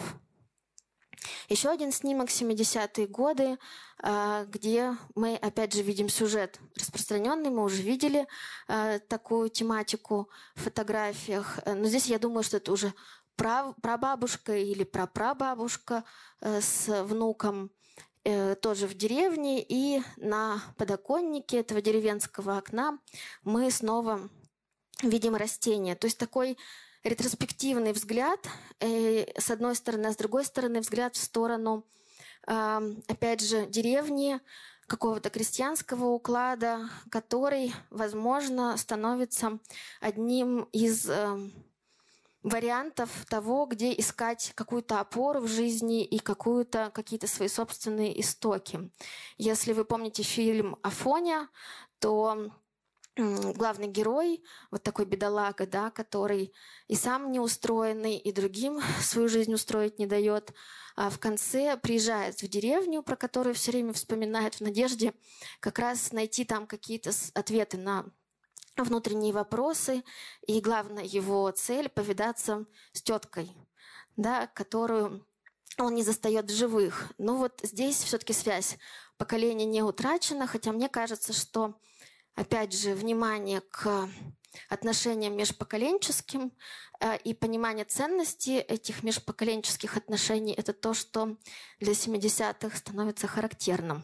[SPEAKER 2] Еще один снимок 70-е годы, где мы опять же видим сюжет распространенный. Мы уже видели такую тематику в фотографиях. Но здесь я думаю, что это уже прабабушка или прапрабабушка с внуком тоже в деревне. И на подоконнике этого деревенского окна мы снова видим растение. То есть такой ретроспективный взгляд, с одной стороны, а с другой стороны взгляд в сторону, опять же, деревни, какого-то крестьянского уклада, который, возможно, становится одним из вариантов того, где искать какую-то опору в жизни и какие-то свои собственные истоки. Если вы помните фильм «Афоня», то главный герой, вот такой бедолага, да, который и сам неустроенный, и другим свою жизнь устроить не дает, в конце приезжает в деревню, про которую все время вспоминает в надежде как раз найти там какие-то ответы на внутренние вопросы. И главная его цель — повидаться с теткой, да, которую он не застает в живых. Но вот здесь все-таки связь поколения не утрачена, хотя мне кажется, что опять же, внимание к отношениям межпоколенческим и понимание ценности этих межпоколенческих отношений — это то, что для 70-х становится характерным.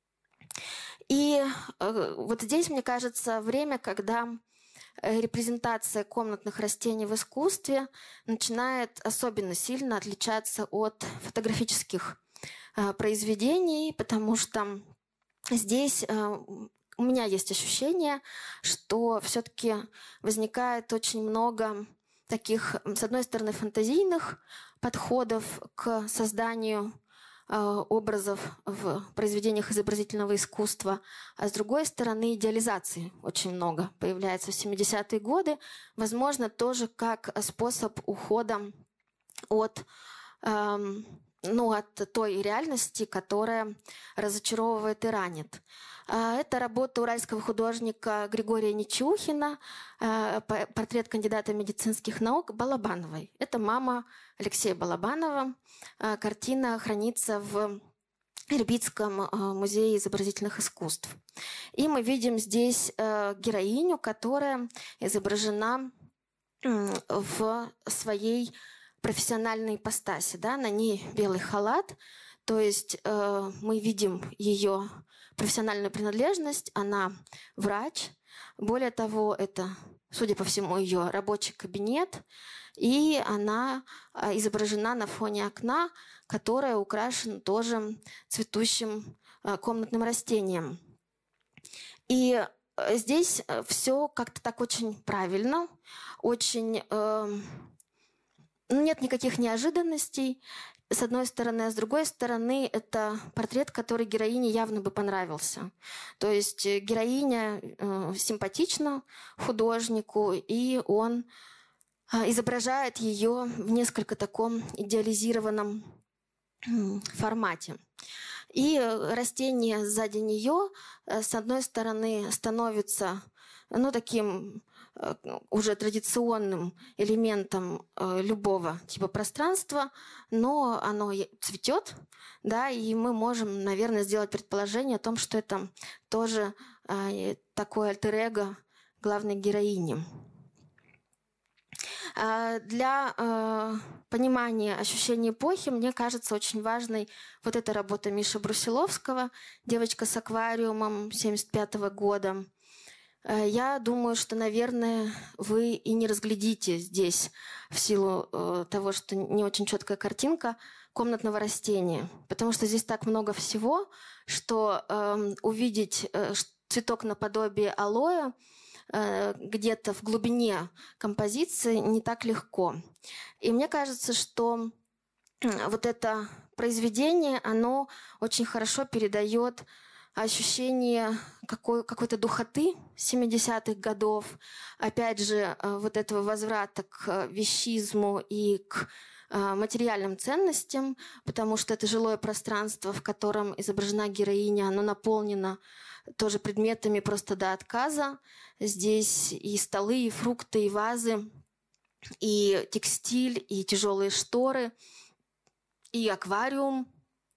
[SPEAKER 2] И вот здесь, мне кажется, время, когда репрезентация комнатных растений в искусстве начинает особенно сильно отличаться от фотографических произведений, потому что здесь у меня есть ощущение, что все-таки возникает очень много таких, с одной стороны, фантазийных подходов к созданию образов в произведениях изобразительного искусства, а с другой стороны, идеализации очень много появляется в 70-е годы, возможно, тоже как способ ухода от той реальности, которая разочаровывает и ранит. Это работа уральского художника Григория Нечухина, портрет кандидата медицинских наук Балабановой. Это мама Алексея Балабанова. Картина хранится в Ирбитском музее изобразительных искусств. И мы видим здесь героиню, которая изображена в своей профессиональной ипостаси. Да? На ней белый халат, то есть мы видим ее профессиональную принадлежность, она врач. Более того, это, судя по всему, ее рабочий кабинет, и она изображена на фоне окна, которое украшено тоже цветущим комнатным растением. И здесь все как-то так очень правильно, очень нет никаких неожиданностей, с одной стороны, а с другой стороны, это портрет, который героине явно бы понравился. То есть героиня симпатична художнику, и он изображает ее в несколько таком идеализированном формате. И растение сзади нее, с одной стороны, становится таким уже традиционным элементом любого типа пространства, но оно цветет, да, и мы можем, наверное, сделать предположение о том, что это тоже такое альтер-эго главной героини. Для понимания ощущения эпохи мне кажется очень важной вот эта работа Миши Брусиловского «Девочка с аквариумом» 1975 года. Я думаю, что, наверное, вы и не разглядите здесь, в силу того, что не очень четкая картинка, комнатного растения. Потому что здесь так много всего, что увидеть цветок наподобие алоэ где-то в глубине композиции не так легко. И мне кажется, что вот это произведение, оно очень хорошо передает ощущение какой-то духоты 70-х годов, опять же, вот этого возврата к вещизму и к материальным ценностям, потому что это жилое пространство, в котором изображена героиня, оно наполнено тоже предметами просто до отказа. Здесь и столы, и фрукты, и вазы, и текстиль, и тяжелые шторы, и аквариум.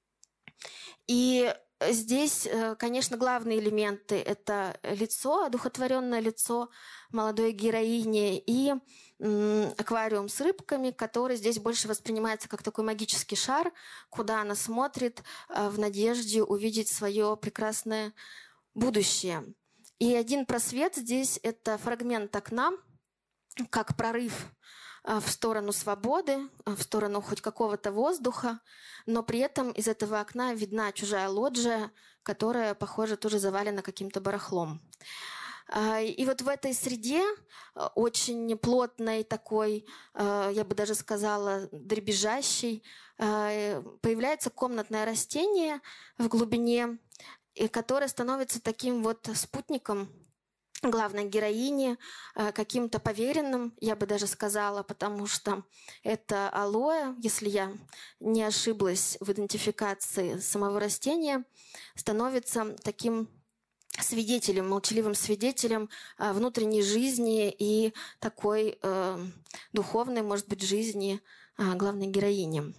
[SPEAKER 2] И здесь, конечно, главные элементы – это лицо, одухотворенное лицо молодой героини и аквариум с рыбками, который здесь больше воспринимается как такой магический шар, куда она смотрит в надежде увидеть свое прекрасное будущее. И один просвет здесь – это фрагмент окна, как прорыв в сторону свободы, в сторону хоть какого-то воздуха, но при этом из этого окна видна чужая лоджия, которая, похоже, тоже завалена каким-то барахлом. И вот в этой среде, очень плотной такой, я бы даже сказала, дребезжащей, появляется комнатное растение в глубине, которое становится таким вот спутником главной героини, каким-то поверенным, я бы даже сказала, потому что это алоэ, если я не ошиблась в идентификации самого растения, становится таким свидетелем, молчаливым свидетелем внутренней жизни и такой духовной, может быть, жизни главной героини.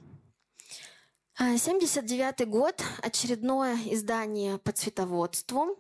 [SPEAKER 2] 1979 год, очередное издание по цветоводству.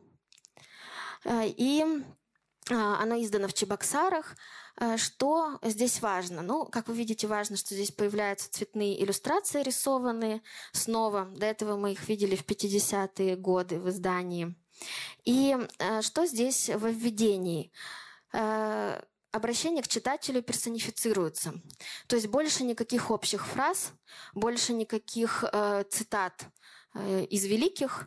[SPEAKER 2] И оно издано в Чебоксарах. Что здесь важно? Ну, как вы видите, важно, что здесь появляются цветные иллюстрации рисованные. Снова, до этого мы их видели в 50-е годы в издании. И что здесь во введении? Обращение к читателю персонифицируется. То есть больше никаких общих фраз, больше никаких цитат из великих.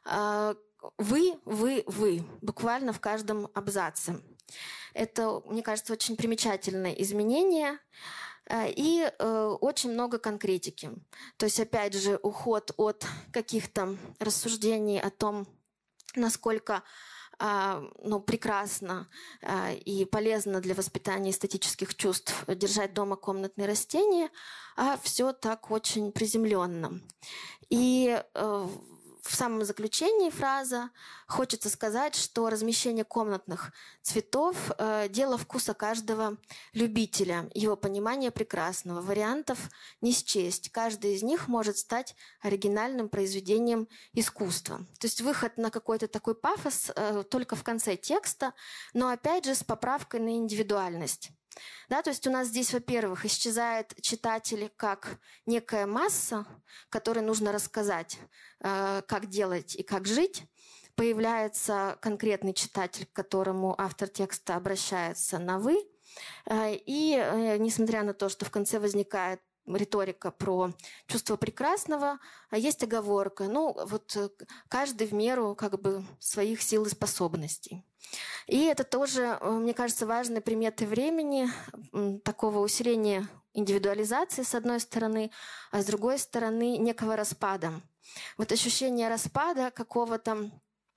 [SPEAKER 2] Вы, буквально в каждом абзаце. Это, мне кажется, очень примечательное изменение и очень много конкретики. То есть, опять же, уход от каких-то рассуждений о том, насколько прекрасно и полезно для воспитания эстетических чувств держать дома комнатные растения, а все так очень приземленно. И в самом заключении фраза «Хочется сказать, что размещение комнатных цветов – дело вкуса каждого любителя, его понимания прекрасного, вариантов не счесть. Каждый из них может стать оригинальным произведением искусства». То есть выход на какой-то такой пафос только в конце текста, но опять же с поправкой на индивидуальность. Да, то есть у нас здесь, во-первых, исчезает читатель как некая масса, которой нужно рассказать, как делать и как жить. Появляется конкретный читатель, к которому автор текста обращается на «вы». И несмотря на то, что в конце возникает риторика про чувство прекрасного, есть оговорка. Ну, вот каждый в меру как бы своих сил и способностей. И это тоже, мне кажется, важные приметы времени, такого усиления индивидуализации, с одной стороны, а с другой стороны, некого распада. Вот ощущение распада, какого-то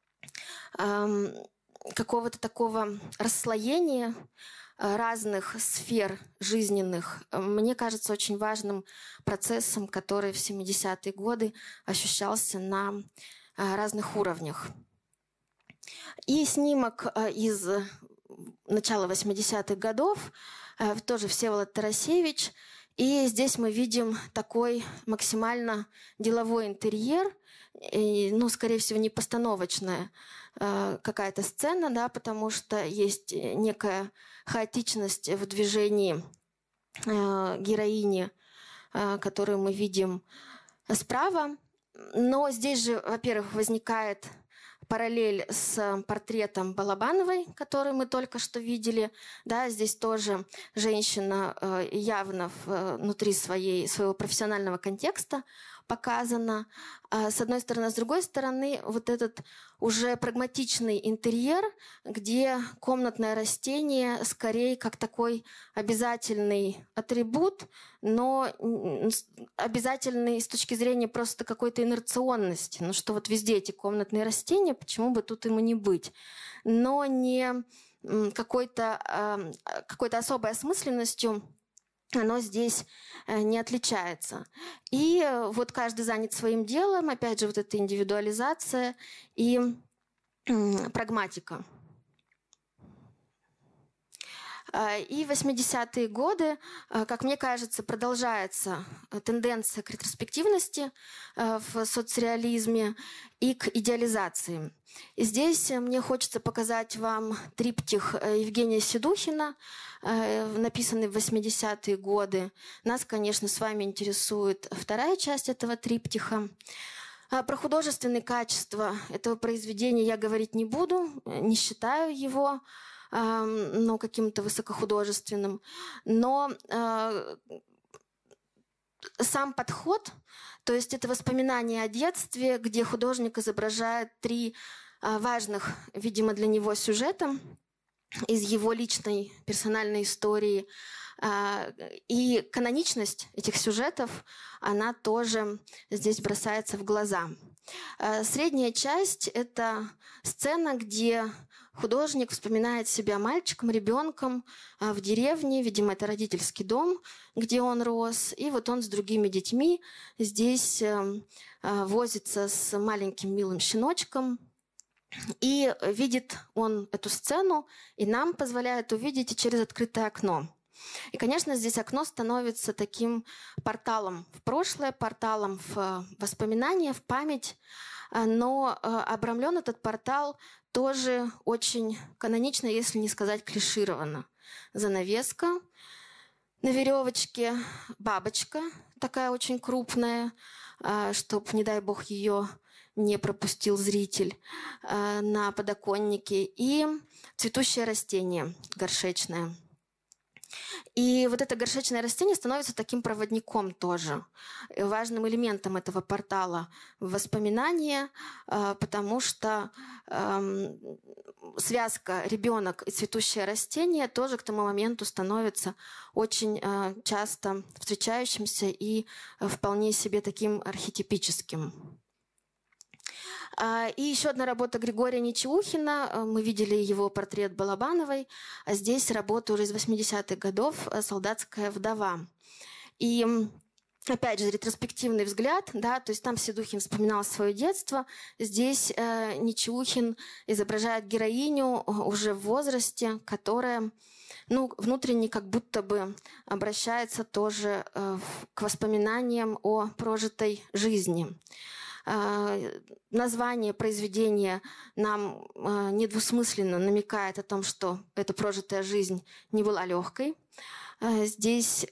[SPEAKER 2] такого расслоения разных сфер жизненных, мне кажется, очень важным процессом, который в 70-е годы ощущался на разных уровнях. И снимок из начала 80-х годов, тоже Всеволод Тарасевич. И здесь мы видим такой максимально деловой интерьер, скорее всего, не постановочная какая-то сцена, да, потому что есть некая хаотичность в движении героини, которую мы видим справа. Но здесь же, во-первых, возникает параллель с портретом Балабановой, который мы только что видели. Да, здесь тоже женщина явно внутри своего профессионального контекста показана. С одной стороны. С другой стороны, вот этот уже прагматичный интерьер, где комнатное растение скорее как такой обязательный атрибут, но обязательный с точки зрения просто какой-то инерционности. Ну что вот везде эти комнатные растения, почему бы тут ему не быть? Но не какой-то особой осмысленностью оно здесь не отличается. И вот каждый занят своим делом, опять же, вот эта индивидуализация и прагматика. И в 80-е годы, как мне кажется, продолжается тенденция к ретроспективности в соцреализме и к идеализации. И здесь мне хочется показать вам триптих Евгения Седухина, написанный в 80-е годы. Нас, конечно, с вами интересует вторая часть этого триптиха. Про художественные качества этого произведения я говорить не буду, не считаю его каким-то высокохудожественным. Но сам подход, то есть это воспоминания о детстве, где художник изображает три важных, видимо, для него сюжета из его личной персональной истории. И каноничность этих сюжетов, она тоже здесь бросается в глаза. Средняя часть – это сцена, где художник вспоминает себя мальчиком, ребенком в деревне, видимо, это родительский дом, где он рос, и вот он с другими детьми здесь возится с маленьким милым щеночком, и видит он эту сцену, и нам позволяет увидеть и через открытое окно. И, конечно, здесь окно становится таким порталом в прошлое, порталом в воспоминания, в память, но обрамлен этот портал тоже очень канонично, если не сказать клишированно. Занавеска на веревочке, бабочка такая очень крупная, чтобы, не дай бог, ее не пропустил зритель, на подоконнике, и цветущее растение горшечное. И вот это горшечное растение становится таким проводником тоже, важным элементом этого портала в воспоминания, потому что связка ребенок и цветущее растение тоже к тому моменту становится очень часто встречающимся и вполне себе таким архетипическим. И еще одна работа Григория Нечеухина. Мы видели его портрет Балабановой. А здесь работа уже из 80-х годов «Солдатская вдова». И опять же, ретроспективный взгляд, да, то есть там Седухин вспоминал свое детство. Здесь Нечеухин изображает героиню уже в возрасте, которая внутренне как будто бы обращается тоже к воспоминаниям о прожитой жизни. Название произведения нам недвусмысленно намекает о том, что эта прожитая жизнь не была легкой. Здесь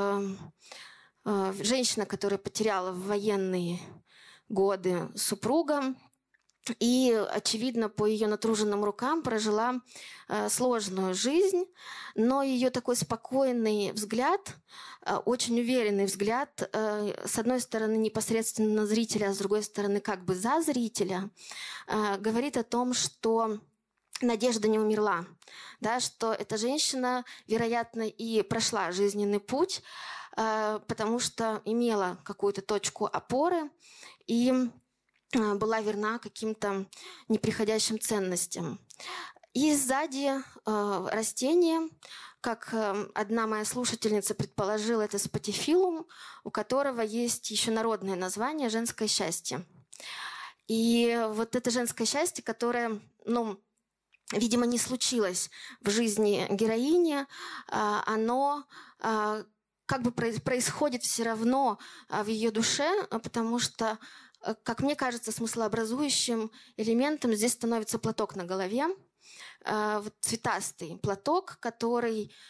[SPEAKER 2] женщина, которая потеряла в военные годы супруга, и, очевидно, по ее натруженным рукам прожила сложную жизнь, но ее такой спокойный взгляд, очень уверенный взгляд, с одной стороны непосредственно на зрителя, а с другой стороны как бы за зрителя, говорит о том, что надежда не умерла, да, что эта женщина, вероятно, и прошла жизненный путь, потому что имела какую-то точку опоры и была верна каким-то неприходящим ценностям. И сзади растение, как одна моя слушательница предположила, это спатифилум, у которого есть еще народное название «женское счастье». И вот это женское счастье, которое, видимо, не случилось в жизни героини, оно как бы происходит все равно в ее душе, потому что, как мне кажется, смыслообразующим элементом здесь становится платок на голове, цветастый платок, который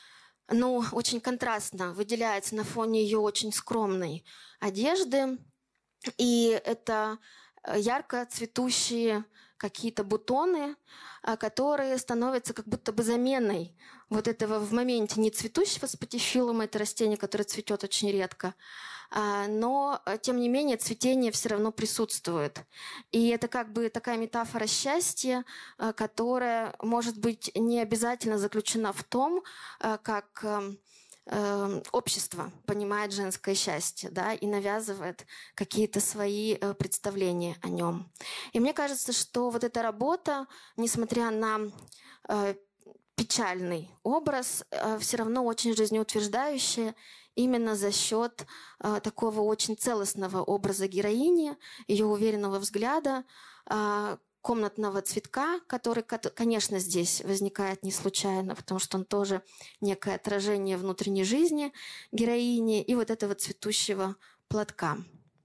[SPEAKER 2] ну, очень контрастно выделяется на фоне ее очень скромной одежды. И это ярко цветущие какие-то бутоны, которые становятся как будто бы заменой вот этого в моменте не цветущего спатифилума, это растение, которое цветет очень редко, но, тем не менее, цветение все равно присутствует. И это как бы такая метафора счастья, которая, может быть, не обязательно заключена в том, как общество понимает женское счастье, да, и навязывает какие-то свои представления о нем. И мне кажется, что вот эта работа, несмотря на печальный образ, все равно очень жизнеутверждающая именно за счет такого очень целостного образа героини, ее уверенного взгляда, комнатного цветка, который, конечно, здесь возникает не случайно, потому что он тоже некое отражение внутренней жизни героини, и вот этого цветущего платка.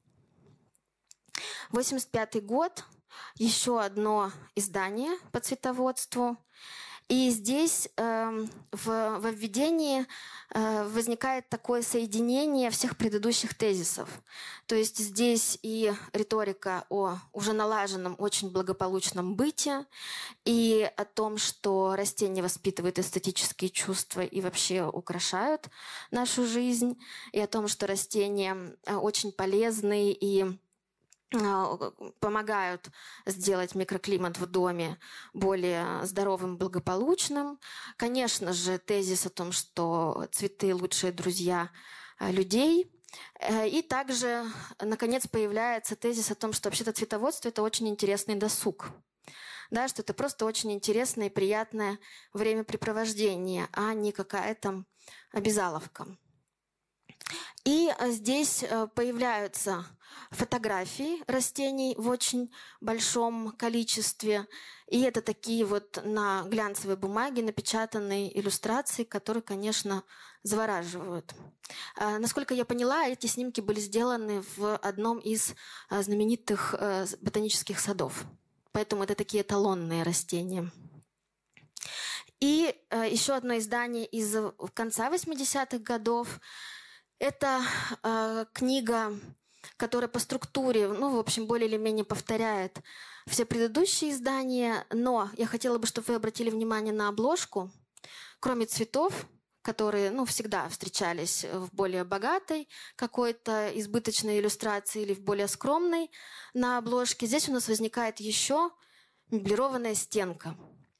[SPEAKER 2] 1985 год, еще одно издание по цветоводству. И здесь во введении возникает такое соединение всех предыдущих тезисов. То есть здесь и риторика о уже налаженном, очень благополучном быте, и о том, что растения воспитывают эстетические чувства и вообще украшают нашу жизнь, и о том, что растения очень полезны и помогают сделать микроклимат в доме более здоровым, благополучным. Конечно же, тезис о том, что цветы – лучшие друзья людей. И также, наконец, появляется тезис о том, что вообще-то цветоводство – это очень интересный досуг. Да, что это просто очень интересное и приятное времяпрепровождение, а не какая-то обязаловка. И здесь появляются фотографии растений в очень большом количестве. И это такие вот на глянцевой бумаге напечатанные иллюстрации, которые, конечно, завораживают. Насколько я поняла, эти снимки были сделаны в одном из знаменитых ботанических садов. Поэтому это такие эталонные растения. И еще одно издание из конца 80-х годов. Это книга, которая по структуре, ну, в общем, более или менее повторяет все предыдущие издания, но я хотела бы, чтобы вы обратили внимание на обложку. Кроме цветов, которые, ну, всегда встречались в более богатой какой-то избыточной иллюстрации или в более скромной на обложке, здесь у нас возникает еще меблированная стенка.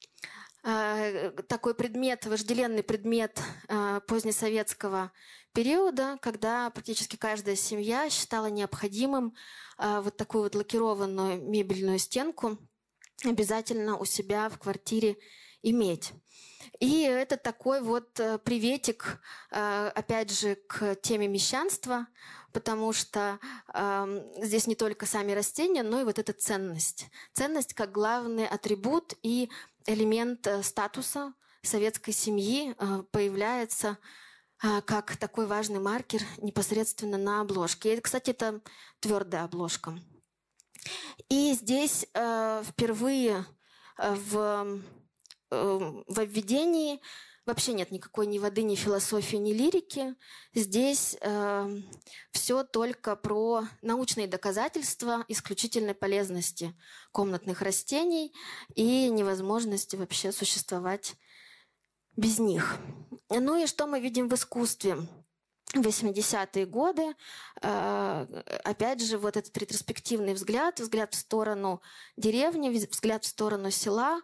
[SPEAKER 2] Такой предмет, вожделенный предмет позднесоветского периода, когда практически каждая семья считала необходимым вот такую вот лакированную мебельную стенку обязательно у себя в квартире иметь. И это такой вот приветик, опять же, к теме мещанства, потому что здесь не только сами растения, но и вот эта ценность. Ценность как главный атрибут и элемент статуса советской семьи появляется как такой важный маркер непосредственно на обложке. И, кстати, это твердая обложка. И здесь впервые в введении вообще нет никакой ни воды, ни философии, ни лирики. Здесь все только про научные доказательства исключительной полезности комнатных растений и невозможности вообще существовать без них. Ну и что мы видим в искусстве? 80-е годы, опять же, вот этот ретроспективный взгляд в сторону деревни, взгляд в сторону села.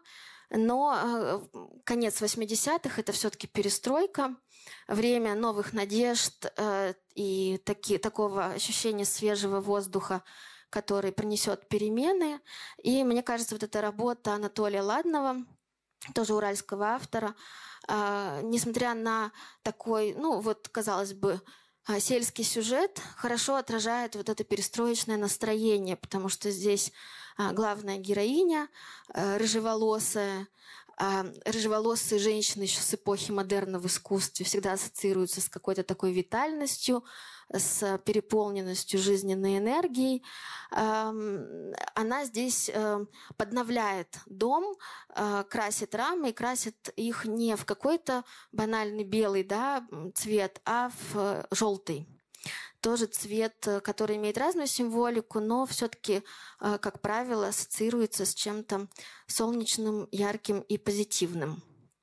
[SPEAKER 2] Но конец 80-х – это все-таки перестройка, время новых надежд и такого ощущения свежего воздуха, который принесет перемены. И мне кажется, вот эта работа Анатолия Ладного, тоже уральского автора, несмотря на такой, ну вот, казалось бы, сельский сюжет, хорошо отражает вот это перестроечное настроение, потому что здесь главная героиня, рыжеволосая, рыжеволосые женщины еще с эпохи модерна в искусстве всегда ассоциируются с какой-то такой витальностью, с переполненностью жизненной энергией. Она здесь подновляет дом, красит рамы и красит их не в какой-то банальный белый, да, цвет, а в желтый. Тоже цвет, который имеет разную символику, но все-таки, как правило, ассоциируется с чем-то солнечным, ярким и позитивным.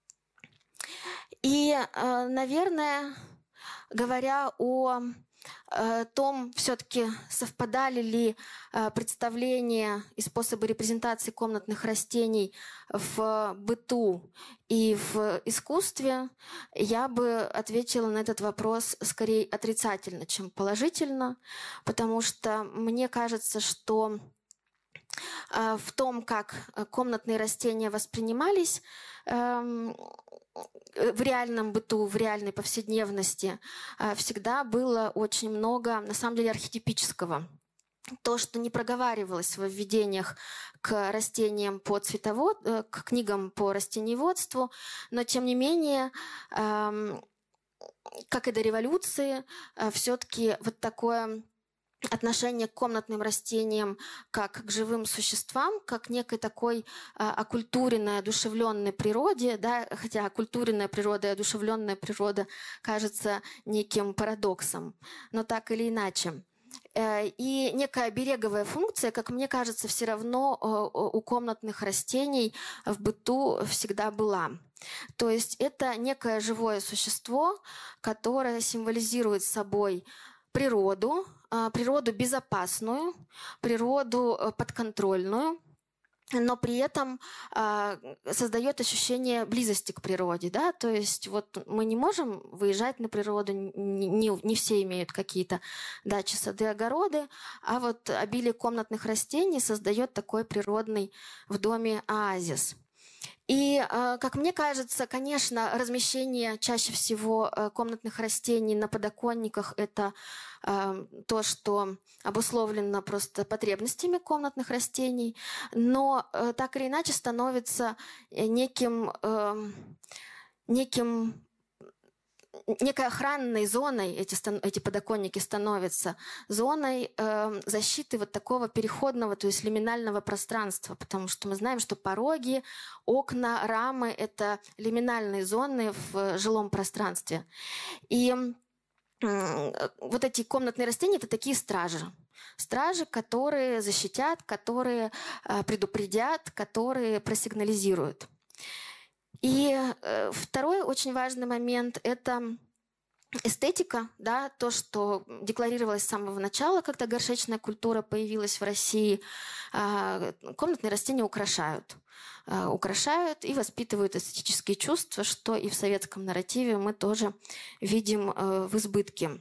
[SPEAKER 2] И, наверное, говоря о том, все-таки совпадали ли представления и способы репрезентации комнатных растений в быту и в искусстве, я бы ответила на этот вопрос скорее отрицательно, чем положительно, потому что мне кажется, что в том, как комнатные растения воспринимались в реальном быту, в реальной повседневности, всегда было очень много, на самом деле, архетипического. То, что не проговаривалось во введениях к растениям по к книгам по растениеводству, но, тем не менее, как и до революции, все-таки вот такое отношение к комнатным растениям как к живым существам, как к некой такой окультуренной, одушевленной природе, да, хотя окультуренная природа и одушевленная природа кажется неким парадоксом, но так или иначе. И некая береговая функция, как мне кажется, все равно у комнатных растений в быту всегда была. То есть это некое живое существо, которое символизирует собой природу, природу безопасную, природу подконтрольную, но при этом создает ощущение близости к природе. Да? То есть вот мы не можем выезжать на природу, не все имеют какие-то дачи, сады, огороды, а вот обилие комнатных растений создает такой природный в доме оазис. И, как мне кажется, конечно, размещение чаще всего комнатных растений на подоконниках – это то, что обусловлено просто потребностями комнатных растений, но так или иначе становится некой охранной зоной, эти подоконники становятся зоной защиты вот такого переходного, то есть лиминального пространства, потому что мы знаем, что пороги, окна, рамы – это лиминальные зоны в жилом пространстве. И вот эти комнатные растения – это такие стражи. Стражи, которые защитят, которые предупредят, которые просигнализируют. И второй очень важный момент – это эстетика, да, то, что декларировалось с самого начала, когда горшечная культура появилась в России. Комнатные растения украшают и воспитывают эстетические чувства, что и в советском нарративе мы тоже видим в избытке.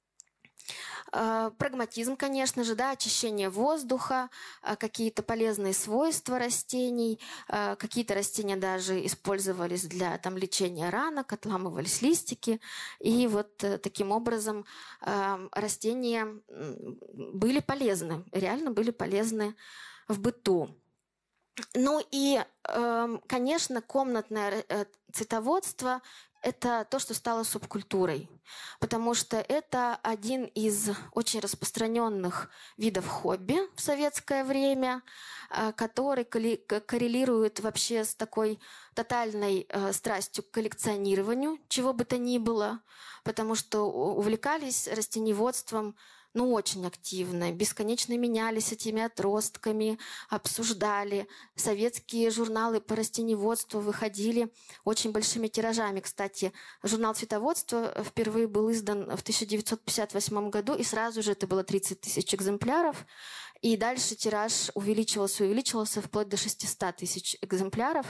[SPEAKER 2] Прагматизм, конечно же, да, очищение воздуха, какие-то полезные свойства растений, какие-то растения даже использовались для лечения ранок, отламывались листики, и вот таким образом растения были полезны, реально были полезны в быту. Ну и, конечно, комнатное цветоводство – это то, что стало субкультурой, потому что это один из очень распространенных видов хобби в советское время, который коррелирует вообще с такой тотальной страстью к коллекционированию, чего бы то ни было, потому что увлекались растениеводством очень активно, бесконечно менялись этими отростками, обсуждали. Советские журналы по растениеводству выходили очень большими тиражами. Кстати, журнал «Цветоводство» впервые был издан в 1958 году, и сразу же это было 30 тысяч экземпляров. И дальше тираж увеличивался вплоть до 600 тысяч экземпляров,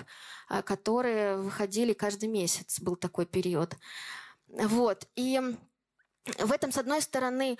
[SPEAKER 2] которые выходили каждый месяц. Был такой период. Вот. И В этом, с одной стороны,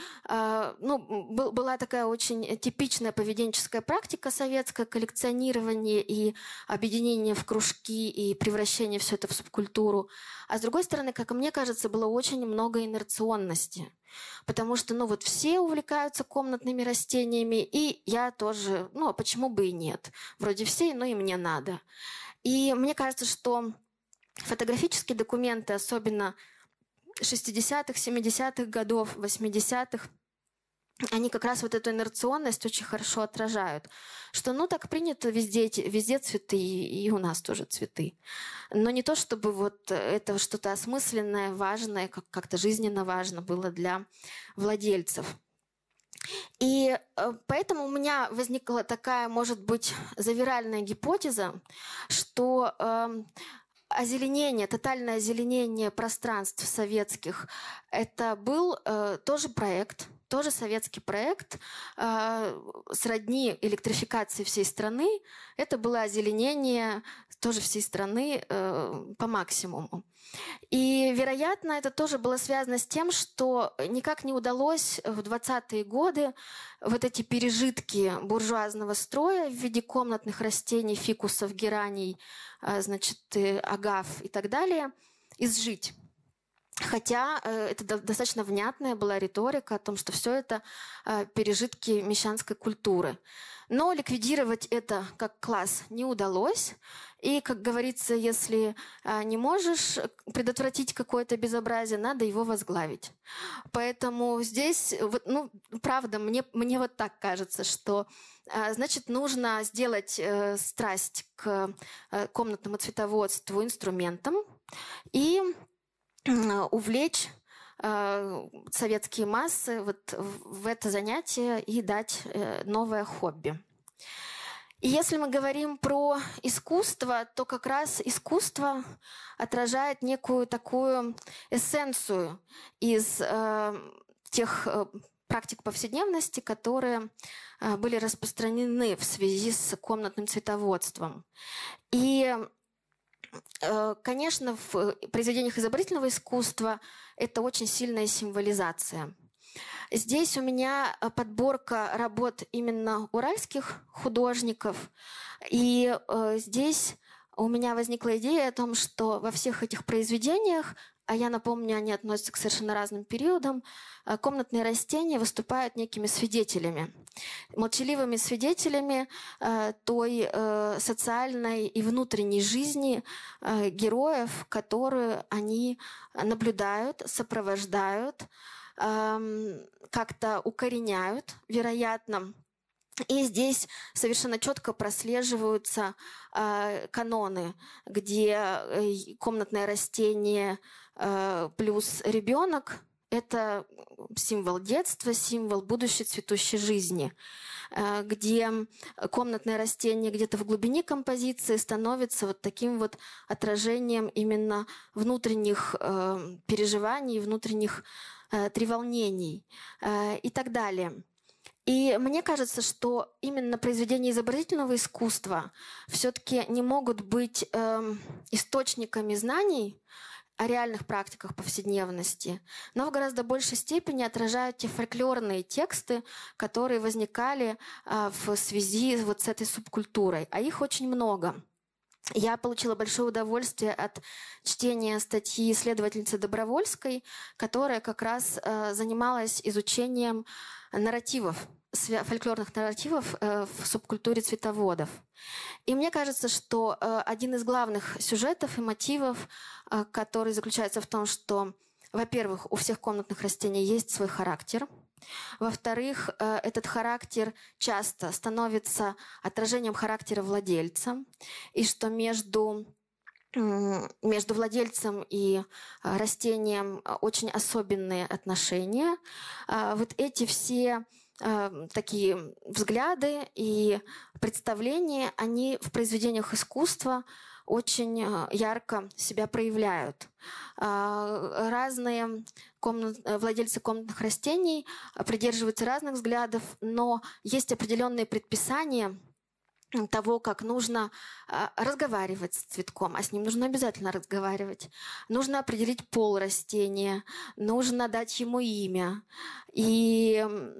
[SPEAKER 2] была такая очень типичная поведенческая практика советская, коллекционирование и объединение в кружки и превращение все это в субкультуру. А с другой стороны, как мне кажется, было очень много инерционности. Потому что, все увлекаются комнатными растениями, и я тоже, а почему бы и нет? Вроде все, но и мне надо. И мне кажется, что фотографические документы, особенно 60-х, 70-х годов, 80-х, они как раз вот эту инерционность очень хорошо отражают. Что, так принято везде цветы, и у нас тоже цветы. Но не то, чтобы вот это что-то осмысленное, важное, как-то жизненно важно было для владельцев. И поэтому у меня возникла такая, может быть, завиральная гипотеза, что тотальное озеленение пространств советских, это был тоже проект, тоже советский проект, сродни электрификации всей страны. Это было озеленение тоже всей страны по максимуму. И, вероятно, это тоже было связано с тем, что никак не удалось в 20-е годы вот эти пережитки буржуазного строя в виде комнатных растений, фикусов, гераний, агав и так далее изжить. Хотя это достаточно внятная была риторика о том, что все это пережитки мещанской культуры. Но ликвидировать это как класс не удалось. И, как говорится, если не можешь предотвратить какое-то безобразие, надо его возглавить. Поэтому здесь, правда, мне вот так кажется, что, значит, нужно сделать страсть к комнатному цветоводству инструментом и увлечь советские массы вот в это занятие и дать новое хобби. И если мы говорим про искусство, то как раз искусство отражает некую такую эссенцию из тех практик повседневности, которые были распространены в связи с комнатным цветоводством. И конечно, в произведениях изобразительного искусства это очень сильная символизация. Здесь у меня подборка работ именно уральских художников. И здесь у меня возникла идея о том, что во всех этих произведениях, а я напомню, они относятся к совершенно разным периодам, комнатные растения выступают некими свидетелями. Молчаливыми свидетелями той социальной и внутренней жизни героев, которые они наблюдают, сопровождают, как-то укореняют, вероятно. И здесь совершенно четко прослеживаются каноны, где комнатное растение плюс ребенок – это символ детства, символ будущей цветущей жизни, где комнатное растение где-то в глубине композиции становится вот таким вот отражением именно внутренних переживаний, внутренних треволнений и так далее. И мне кажется, что именно произведения изобразительного искусства все-таки не могут быть источниками знаний о реальных практиках повседневности, но в гораздо большей степени отражают те фольклорные тексты, которые возникали в связи вот с этой субкультурой. А их очень много. Я получила большое удовольствие от чтения статьи исследовательницы Добровольской, которая как раз занималась изучением нарративов, фольклорных нарративов в субкультуре цветоводов. И мне кажется, что один из главных сюжетов и мотивов, который заключается в том, что, во-первых, у всех комнатных растений есть свой характер. Во-вторых, этот характер часто становится отражением характера владельца, и что между владельцем и растением очень особенные отношения. Вот эти все такие взгляды и представления, они в произведениях искусства очень ярко себя проявляют. Разные владельцы комнатных растений придерживаются разных взглядов, но есть определенные предписания того, как нужно разговаривать с цветком, а с ним нужно обязательно разговаривать. Нужно определить пол растения, нужно дать ему имя. И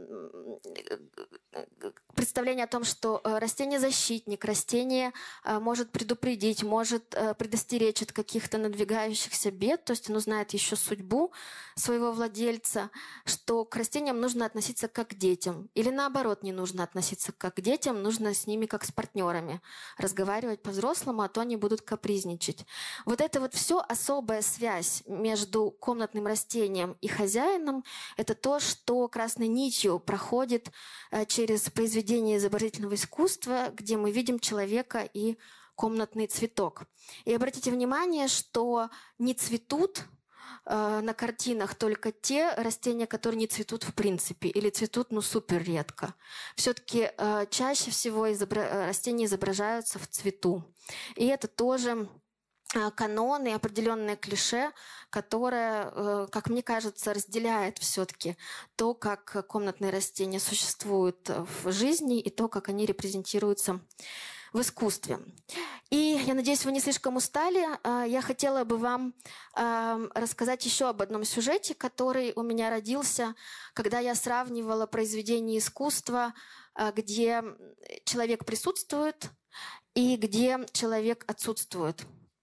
[SPEAKER 2] представление о том, что растение защитник, растение может предупредить, может предостеречь от каких-то надвигающихся бед, то есть оно знает еще судьбу своего владельца, что к растениям нужно относиться как к детям. Или наоборот, не нужно относиться как к детям, нужно с ними как с партнерами разговаривать по-взрослому, а то они будут капризничать. Вот это вот все особая связь между комнатным растением и хозяином, это то, что красной нитью проходит через произведение изобразительного искусства, где мы видим человека и комнатный цветок. И обратите внимание, что не цветут на картинах только те растения, которые не цветут в принципе или цветут супер редко. Все-таки чаще всего растения изображаются в цвету. И это тоже канон и определенное клише, которое, как мне кажется, разделяет все-таки то, как комнатные растения существуют в жизни и то, как они репрезентируются в искусстве. И я надеюсь, вы не слишком устали. Я хотела бы вам рассказать еще об одном сюжете, который у меня родился, когда я сравнивала произведения искусства, где человек присутствует и где человек отсутствует.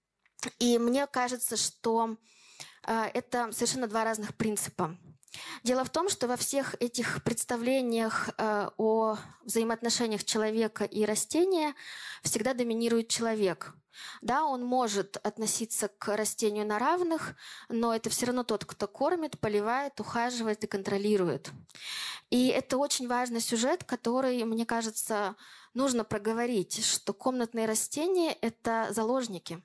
[SPEAKER 2] И мне кажется, что это совершенно два разных принципа. Дело в том, что во всех этих представлениях о взаимоотношениях человека и растения всегда доминирует человек. Да, он может относиться к растению на равных, но это все равно тот, кто кормит, поливает, ухаживает и контролирует. И это очень важный сюжет, который, мне кажется, нужно проговорить, что комнатные растения – это заложники.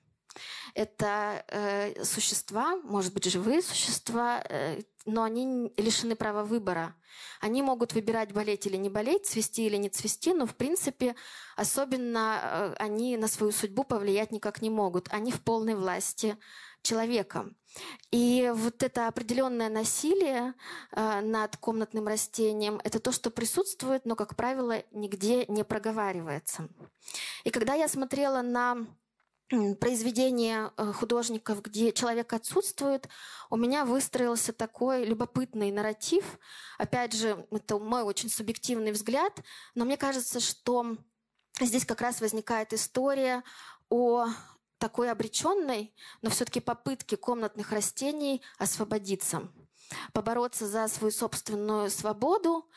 [SPEAKER 2] Это существа, может быть, живые существа, но они лишены права выбора. Они могут выбирать, болеть или не болеть, цвести или не цвести, но, в принципе, особенно они на свою судьбу повлиять никак не могут. Они в полной власти человека. И вот это определенное насилие над комнатным растением – это то, что присутствует, но, как правило, нигде не проговаривается. И когда я смотрела на произведения художников, где человек отсутствует, у меня выстроился такой любопытный нарратив. Опять же, это мой очень субъективный взгляд, но мне кажется, что здесь как раз возникает история о такой обреченной, но все-таки попытке комнатных растений освободиться, побороться за свою собственную свободу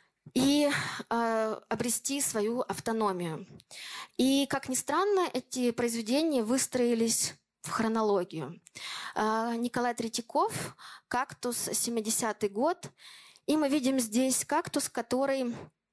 [SPEAKER 2] и обрести свою автономию. И, как ни странно, эти произведения выстроились в хронологию. Николай Третьяков, «Кактус», 70-й год. И мы видим здесь кактус, который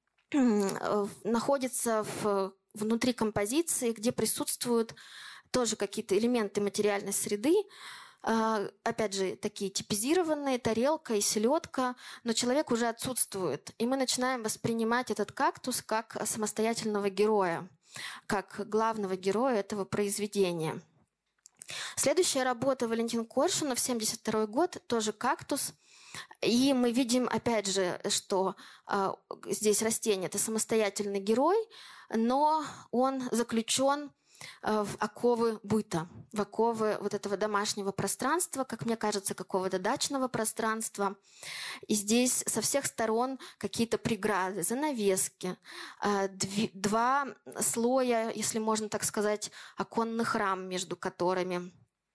[SPEAKER 2] находится внутри композиции, где присутствуют тоже какие-то элементы материальной среды, опять же, такие типизированные, тарелка и селедка, но человек уже отсутствует. И мы начинаем воспринимать этот кактус как самостоятельного героя, как главного героя этого произведения. Следующая работа Валентина Коршунова, 1972 год, тоже «Кактус». И мы видим, опять же, что здесь растение – это самостоятельный герой, но он заключен в оковы быта, в оковы вот этого домашнего пространства, как мне кажется, какого-то дачного пространства. И здесь со всех сторон какие-то преграды, занавески, два слоя, если можно так сказать, оконных рам, между которыми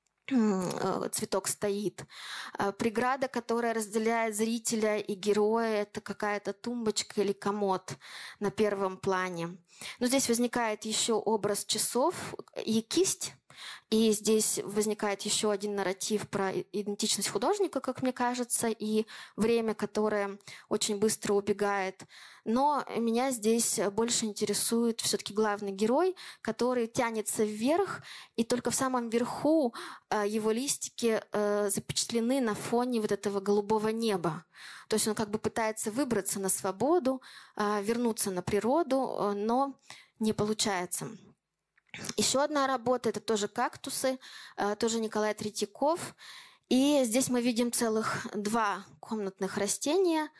[SPEAKER 2] цветок стоит. Преграда, которая разделяет зрителя и героя, это какая-то тумбочка или комод на первом плане. Но здесь возникает еще образ часов и кисть. И здесь возникает еще один нарратив про идентичность художника, как мне кажется, и время, которое очень быстро убегает. Но меня здесь больше интересует все-таки главный герой, который тянется вверх, и только в самом верху его листики запечатлены на фоне вот этого голубого неба. То есть он как бы пытается выбраться на свободу, вернуться на природу, но не получается. Еще одна работа – это тоже «Кактусы», тоже Николай Третьяков. И здесь мы видим целых два комнатных растения.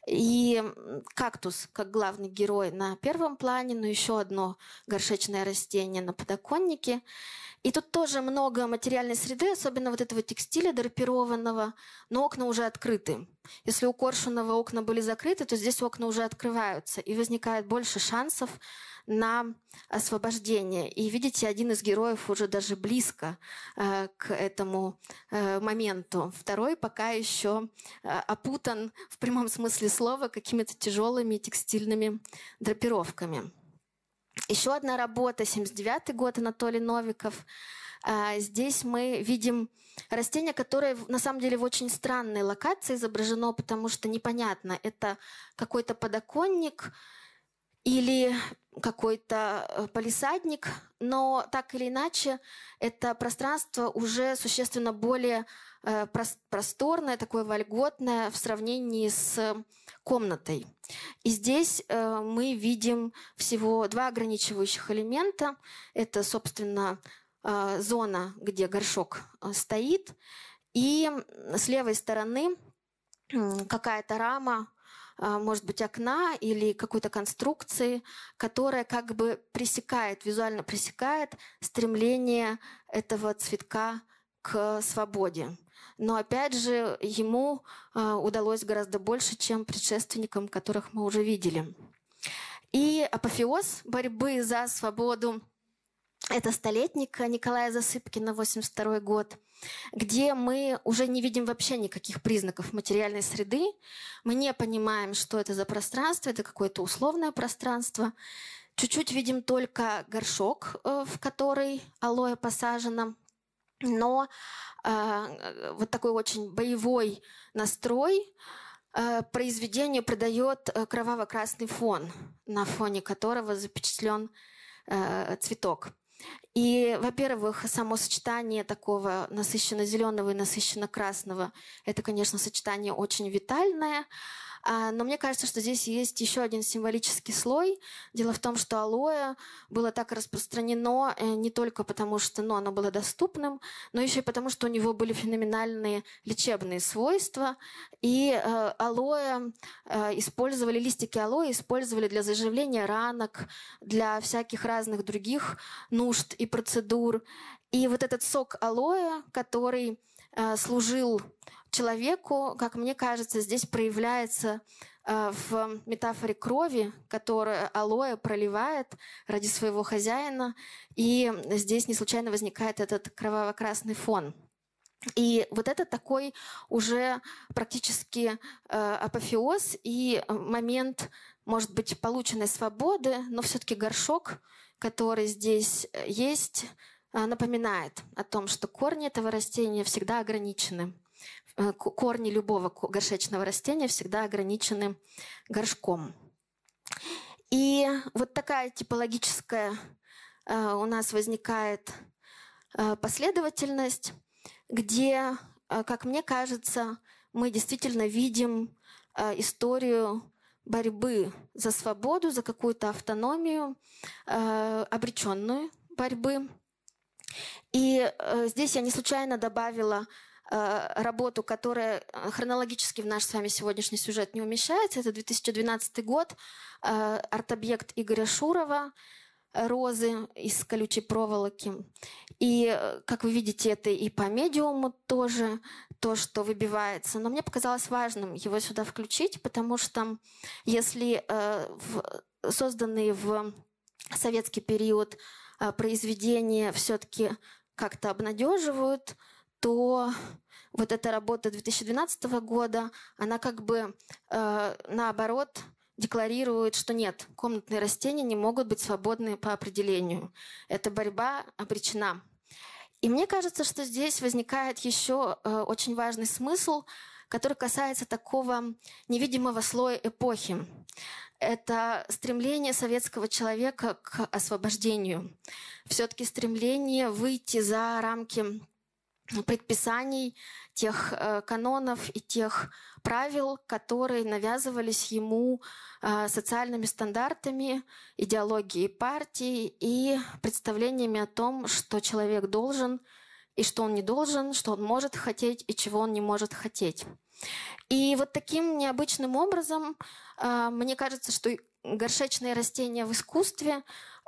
[SPEAKER 2] И кактус как главный герой на первом плане, но еще одно горшечное растение на подоконнике. И тут тоже много материальной среды, особенно вот этого текстиля драпированного, но окна уже открыты. Если у Коршунова окна были закрыты, то здесь окна уже открываются, и возникает больше шансов на освобождение. И видите, один из героев уже даже близко к этому моменту. Второй пока еще опутан в прямом смысле слова какими-то тяжелыми текстильными драпировками. Еще одна работа, 79-й год, Анатолий Новиков. Здесь мы видим растение, которое на самом деле в очень странной локации изображено, потому что непонятно, это какой-то подоконник или какой-то палисадник, но так или иначе это пространство уже существенно более просторное, такое вольготное в сравнении с комнатой. И здесь мы видим всего два ограничивающих элемента. Это, собственно, зона, где горшок стоит, и с левой стороны какая-то рама, может быть, окна или какой-то конструкции, которая как бы пресекает, визуально пресекает стремление этого цветка к свободе. Но опять же, ему удалось гораздо больше, чем предшественникам, которых мы уже видели. И апофеоз борьбы за свободу – это «Столетник» Николая Засыпкина, 1982 год, где мы уже не видим вообще никаких признаков материальной среды. Мы не понимаем, что это за пространство, это какое-то условное пространство. Чуть-чуть видим только горшок, в который алоэ посажено, но вот такой очень боевой настрой произведению придает кроваво-красный фон, на фоне которого запечатлен цветок. И, во-первых, само сочетание такого насыщенно-зеленого и насыщенно-красного – это, конечно, сочетание очень витальное, но мне кажется, что здесь есть еще один символический слой. Дело в том, что алоэ было так распространено не только потому, что оно было доступным, но еще и потому, что у него были феноменальные лечебные свойства. И листики алоэ использовали для заживления ранок, для всяких разных других нужд и процедур. И вот этот сок алоэ, который служил человеку, как мне кажется, здесь проявляется в метафоре крови, которую алоэ проливает ради своего хозяина, и здесь не случайно возникает этот кроваво-красный фон. И вот это такой уже практически апофеоз и момент, может быть, полученной свободы, но все-таки горшок, который здесь есть, напоминает о том, что корни этого растения всегда ограничены. Корни любого горшечного растения всегда ограничены горшком. И вот такая типологическая у нас возникает последовательность, где, как мне кажется, мы действительно видим историю борьбы за свободу, за какую-то автономию, обреченную борьбы. И здесь я не случайно добавила работу, которая хронологически в наш с вами сегодняшний сюжет не умещается. Это 2012 год, арт-объект Игоря Шурова «Розы из колючей проволоки». И, как вы видите, это и по медиуму тоже то, что выбивается. Но мне показалось важным его сюда включить, потому что если созданные в советский период произведения все-таки как-то обнадеживают, то вот эта работа 2012 года, она как бы наоборот декларирует, что нет, комнатные растения не могут быть свободны по определению. Эта борьба обречена. И мне кажется, что здесь возникает еще очень важный смысл, который касается такого невидимого слоя эпохи. Это стремление советского человека к освобождению. Все-таки стремление выйти за рамки предписаний, тех канонов и тех правил, которые навязывались ему социальными стандартами, идеологией партии и представлениями о том, что человек должен и что он не должен, что он может хотеть и чего он не может хотеть. И вот таким необычным образом, мне кажется, что горшечные растения в искусстве,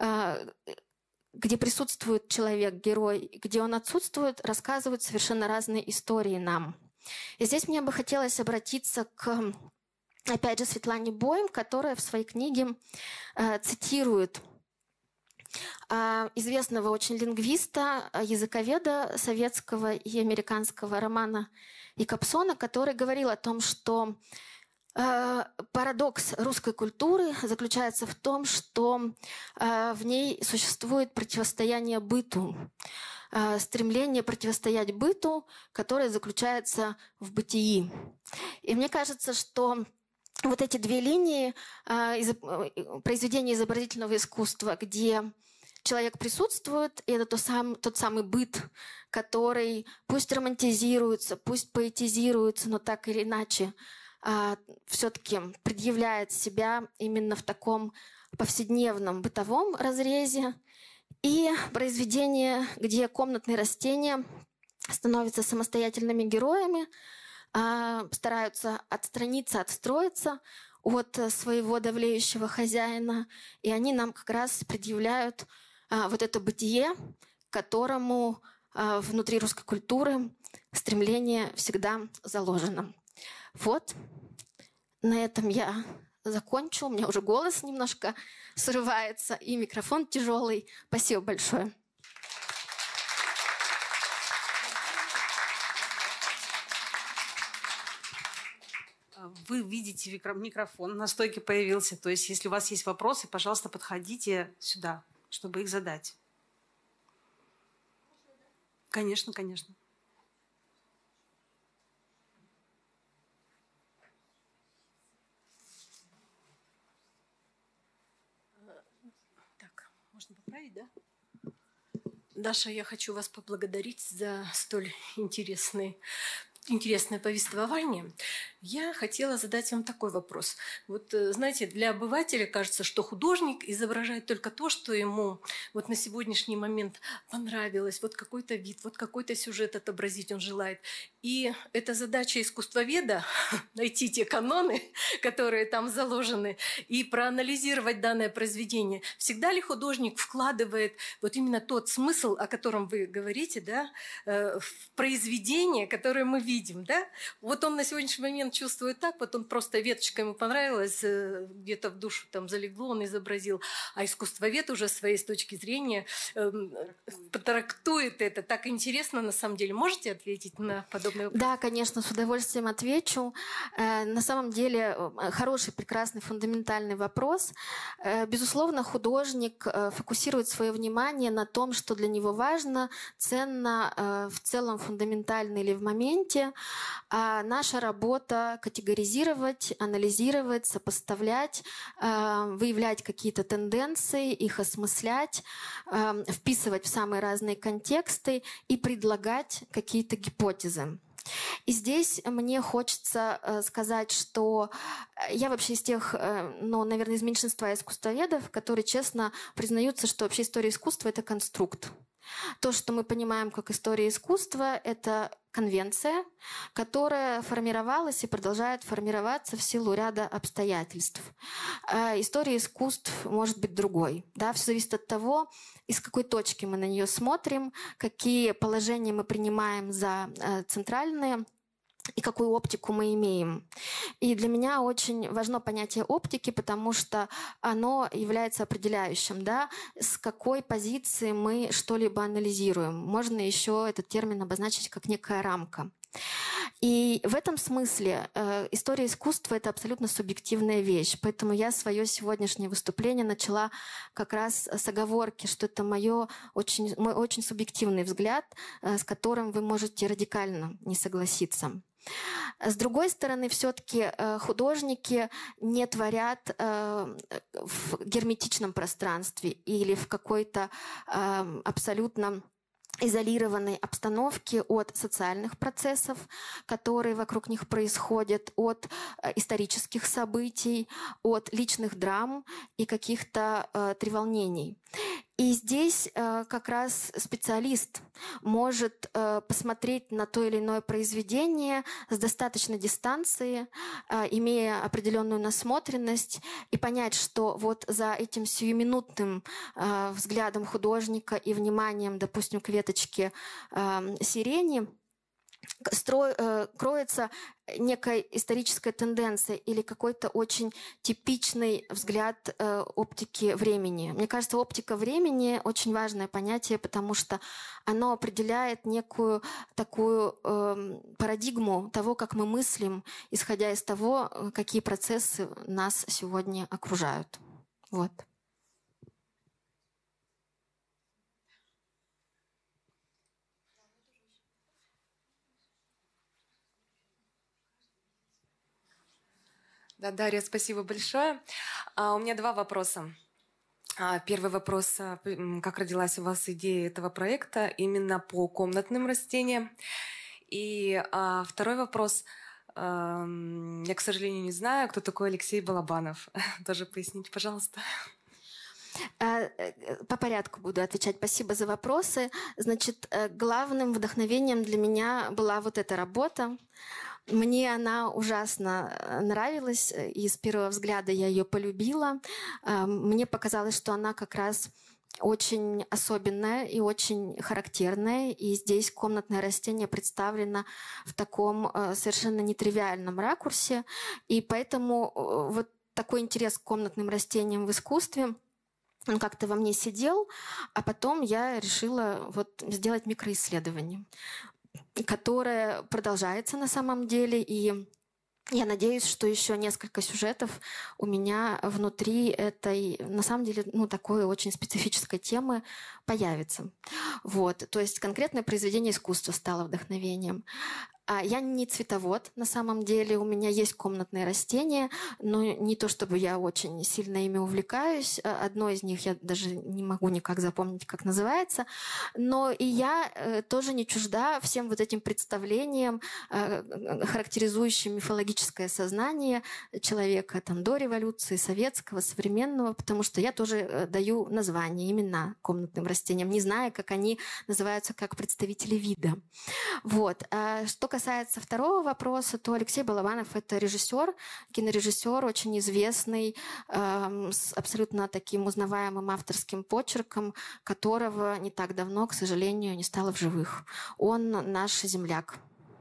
[SPEAKER 2] где присутствует человек-герой, где он отсутствует, рассказывают совершенно разные истории нам. И здесь мне бы хотелось обратиться к, опять же, Светлане Боем, которая в своей книге цитирует известного очень лингвиста, языковеда советского и американского Романа Якобсона, который говорил о том, что парадокс русской культуры заключается в том, что в ней существует противостояние быту, стремление противостоять быту, которое заключается в бытии. И мне кажется, что вот эти две линии произведения изобразительного искусства, где человек присутствует, и это тот самый быт, который пусть романтизируется, пусть поэтизируется, но так или иначе все-таки предъявляет себя именно в таком повседневном бытовом разрезе. И произведения, где комнатные растения становятся самостоятельными героями, стараются отстраниться, отстроиться от своего давлеющего хозяина, и они нам как раз предъявляют вот это бытие, к которому внутри русской культуры стремление всегда заложено. Вот, на этом я закончу. У меня уже голос немножко срывается, и микрофон тяжелый. Спасибо большое.
[SPEAKER 1] Вы видите микрофон, на стойке появился. То есть, если у вас есть вопросы, пожалуйста, подходите сюда, чтобы их задать. Конечно, конечно.
[SPEAKER 3] Так, можно поправить, да? Даша, я хочу вас поблагодарить за столь интересное повествование. Я хотела задать вам такой вопрос. Вот, знаете, для обывателя кажется, что художник изображает только то, что ему вот на сегодняшний момент понравилось, вот какой-то вид, вот какой-то сюжет отобразить он желает. И это задача искусствоведа – найти те каноны, которые там заложены, и проанализировать данное произведение. Всегда ли художник вкладывает вот именно тот смысл, о котором вы говорите, да, в произведение, которое мы видим, да? Вот он на сегодняшний момент чувствует так, вот он просто веточка ему понравилась, где-то в душу там залегло, он изобразил, а искусствовед уже с своей точки зрения трактует это. Так интересно на самом деле. Можете ответить на подобный вопрос?
[SPEAKER 2] Да, конечно, с удовольствием отвечу. На самом деле хороший, прекрасный, фундаментальный вопрос. Безусловно, художник фокусирует свое внимание на том, что для него важно, ценно, в целом фундаментально или в моменте. А наша работа — категоризировать, анализировать, сопоставлять, выявлять какие-то тенденции, их осмыслять, вписывать в самые разные контексты и предлагать какие-то гипотезы. И здесь мне хочется сказать, что я вообще из тех, наверное, из меньшинства искусствоведов, которые честно признаются, что вообще история искусства — это конструкт. То, что мы понимаем как история искусства, это конвенция, которая формировалась и продолжает формироваться в силу ряда обстоятельств. История искусств может быть другой. Да? Все зависит от того, из какой точки мы на нее смотрим, какие положения мы принимаем за центральные, и какую оптику мы имеем. И для меня очень важно понятие оптики, потому что оно является определяющим, да, с какой позиции мы что-либо анализируем. Можно еще этот термин обозначить как некая рамка. И в этом смысле история искусства — это абсолютно субъективная вещь. Поэтому я свое сегодняшнее выступление начала как раз с оговорки, что это мой очень субъективный взгляд, с которым вы можете радикально не согласиться. С другой стороны, все-таки художники не творят в герметичном пространстве или в какой-то абсолютно изолированной обстановке от социальных процессов, которые вокруг них происходят, от исторических событий, от личных драм и каких-то треволнений. И здесь как раз специалист может посмотреть на то или иное произведение с достаточной дистанции, имея определенную насмотренность, и понять, что вот за этим сиюминутным взглядом художника и вниманием, допустим, к веточке сирени кроется некая историческая тенденция или какой-то очень типичный взгляд оптики времени. Мне кажется, оптика времени очень важное понятие, потому что оно определяет некую такую парадигму того, как мы мыслим, исходя из того, какие процессы нас сегодня окружают. Вот.
[SPEAKER 4] Да, Дарья, спасибо большое. У меня два вопроса. Первый вопрос. Как родилась у вас идея этого проекта именно по комнатным растениям? И второй вопрос. Я, к сожалению, не знаю, кто такой Алексей Балабанов. Тоже поясните, пожалуйста.
[SPEAKER 2] По порядку буду отвечать. Спасибо за вопросы. Значит, главным вдохновением для меня была вот эта работа. Мне она ужасно нравилась, и с первого взгляда я ее полюбила. Мне показалось, что она как раз очень особенная и очень характерная. И здесь комнатное растение представлено в таком совершенно нетривиальном ракурсе. И поэтому вот такой интерес к комнатным растениям в искусстве, он как-то во мне сидел, а потом я решила вот сделать микроисследование, которое продолжается на самом деле, и я надеюсь, что еще несколько сюжетов у меня внутри этой, на самом деле, такой очень специфической темы появится. Вот. То есть конкретное произведение искусства стало вдохновением. Я не цветовод, на самом деле. У меня есть комнатные растения, но не то чтобы я очень сильно ими увлекаюсь. Одно из них я даже не могу никак запомнить, как называется. Но и я тоже не чужда всем вот этим представлениям, характеризующим мифологическое сознание человека до революции, советского, современного, потому что я тоже даю названия, имена комнатным растениям, не зная, как они называются как представители вида. Вот. Что касается второго вопроса, то Алексей Балабанов — это режиссер, кинорежиссер, очень известный, с абсолютно таким узнаваемым авторским почерком, которого не так давно, к сожалению, не стало в живых. Он наш земляк.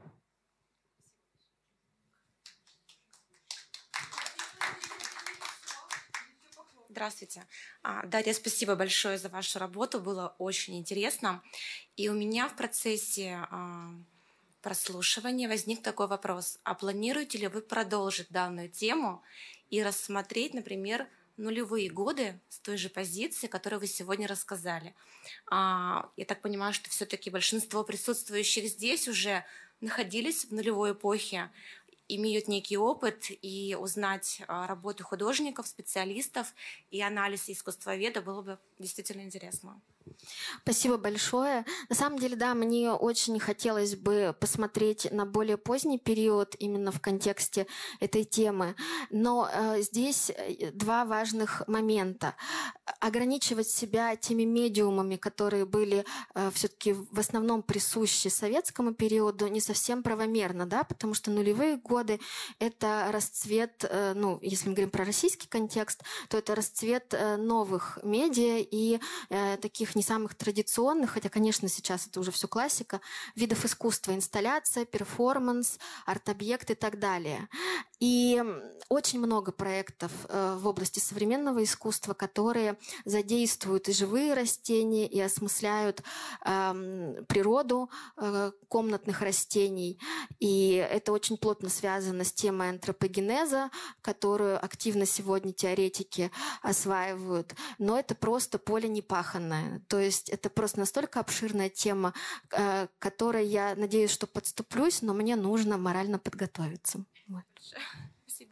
[SPEAKER 5] Здравствуйте. Дарья, спасибо большое за вашу работу. Было очень интересно. И у меня в процессе прослушивания возник такой вопрос. А планируете ли вы продолжить данную тему и рассмотреть, например, нулевые годы с той же позиции, которую вы сегодня рассказали? Я так понимаю, что все-таки большинство присутствующих здесь уже находились в нулевой эпохе, имеют некий опыт, и узнать работу художников, специалистов и анализ искусствоведа было бы действительно интересно.
[SPEAKER 2] Спасибо большое. На самом деле, да, мне очень хотелось бы посмотреть на более поздний период именно в контексте этой темы. Но здесь два важных момента. Ограничивать себя теми медиумами, которые были все-таки в основном присущи советскому периоду, не совсем правомерно, да, потому что нулевые годы — это расцвет, если мы говорим про российский контекст, то это расцвет новых медиа и таких не самых традиционных, хотя, конечно, сейчас это уже все классика, видов искусства: инсталляция, перформанс, арт-объект и так далее. И очень много проектов в области современного искусства, которые задействуют и живые растения, и осмысляют природу комнатных растений. И это очень плотно связано с темой антропогенеза, которую активно сегодня теоретики осваивают. Но это просто поле непаханное. То есть это просто настолько обширная тема, к которой я надеюсь, что подступлюсь, но мне нужно морально подготовиться. Вот.
[SPEAKER 5] Спасибо.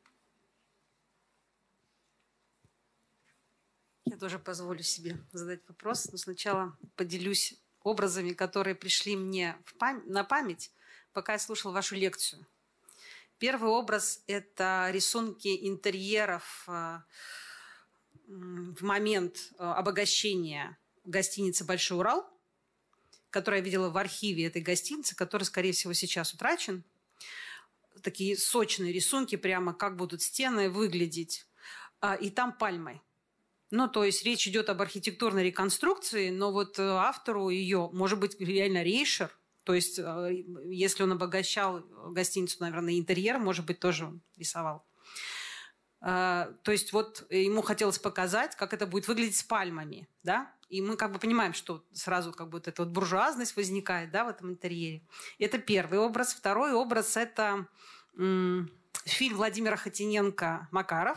[SPEAKER 1] Я тоже позволю себе задать вопрос, но сначала поделюсь образами, которые пришли мне на память, пока я слушала вашу лекцию. Первый образ – это рисунки интерьеров в момент обогащения гостиницы «Большой Урал», которую я видела в архиве этой гостиницы, который, скорее всего, сейчас утрачен. Такие сочные рисунки, прямо как будут стены выглядеть. И там пальмы. Ну, то есть речь идет об архитектурной реконструкции, но вот автору ее, может быть, реально Рейшер, то есть если он обогащал гостиницу, наверное, интерьер, может быть, тоже рисовал. То есть вот ему хотелось показать, как это будет выглядеть с пальмами, да? И мы как бы понимаем, что сразу как бы вот эта вот буржуазность возникает, да, в этом интерьере. Это первый образ. Второй образ – это фильм Владимира Хотиненко «Макаров»,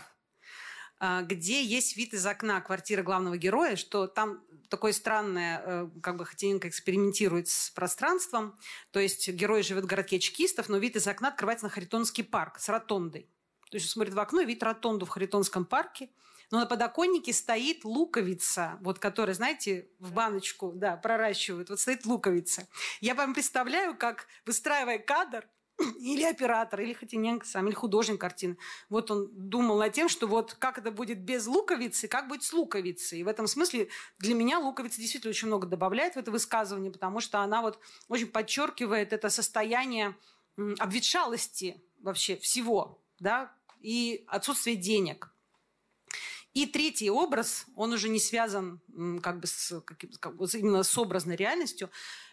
[SPEAKER 1] где есть вид из окна квартиры главного героя, что там такое странное, как бы Хотиненко экспериментирует с пространством. То есть герой живет в городке чекистов, но вид из окна открывается на Харитонский парк с ротондой. То есть он смотрит в окно и видит ротонду в Харитонском парке. Но на подоконнике стоит луковица, вот, которая, знаете, в баночку проращивают. Вот стоит луковица. Я вам представляю, как, выстраивая кадр, или оператор, или Хотиненко сам, или художник картины. Вот он думал над тем, что вот как это будет без луковицы, как будет с луковицей. И в этом смысле для меня луковица действительно очень много добавляет в это высказывание, потому что она вот очень подчеркивает это состояние обветшалости вообще всего, да, и отсутствие денег. И третий образ, он уже не связан как бы именно с образной реальностью.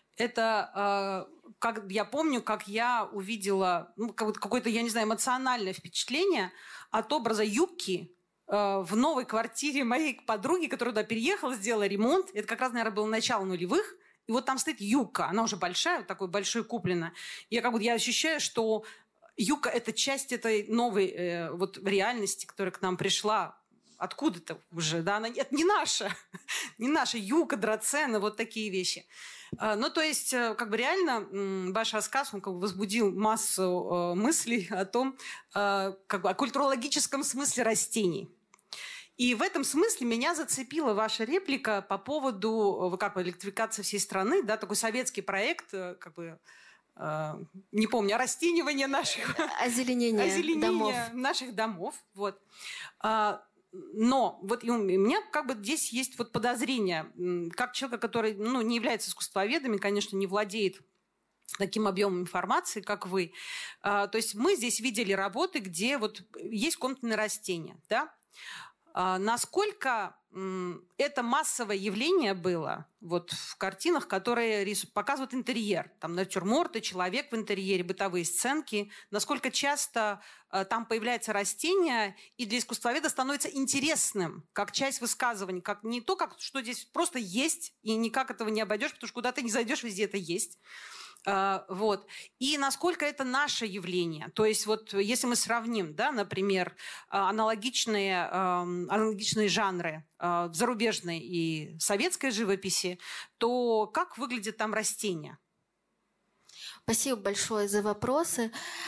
[SPEAKER 1] Это, как я помню, как я увидела какое-то, я не знаю, эмоциональное впечатление от образа Юкки в новой квартире моей подруги, которая туда переехала, сделала ремонт. Это как раз, наверное, было начало нулевых. И вот там стоит Юкка. Она уже большая, вот такой большой куплена. И я ощущаю, что Юкка – это часть этой новой вот реальности, которая к нам пришла откуда-то уже. Да? Это не наша. Не наша Юкка, драцена, вот такие вещи. Ну, то есть, как бы реально ваш рассказ, он как бы возбудил массу мыслей о том, как бы о культурологическом смысле растений. И в этом смысле меня зацепила ваша реплика по поводу как бы электрификации всей страны, да, такой советский проект, как бы, не помню, орастенивание наших...
[SPEAKER 2] Озеленение домов.
[SPEAKER 1] Наших домов, вот. Но вот у меня как бы здесь есть вот подозрение, как человека, который не является искусствоведом и, конечно, не владеет таким объемом информации, как вы. То есть мы здесь видели работы, где вот есть комнатные растения, да? Насколько это массовое явление было вот в картинах, которые показывают интерьер, там натюрморты, человек в интерьере, бытовые сценки, насколько часто там появляется растение и для искусствоведа становится интересным, как часть высказываний, как не то, как что здесь просто есть, и никак этого не обойдешь, потому что куда ты не зайдешь, везде это есть. Вот. И насколько это наше явление. То есть вот если мы сравним, да, например, аналогичные жанры в зарубежной и советской живописи, то как выглядят там растения?
[SPEAKER 2] Спасибо большое за вопросы.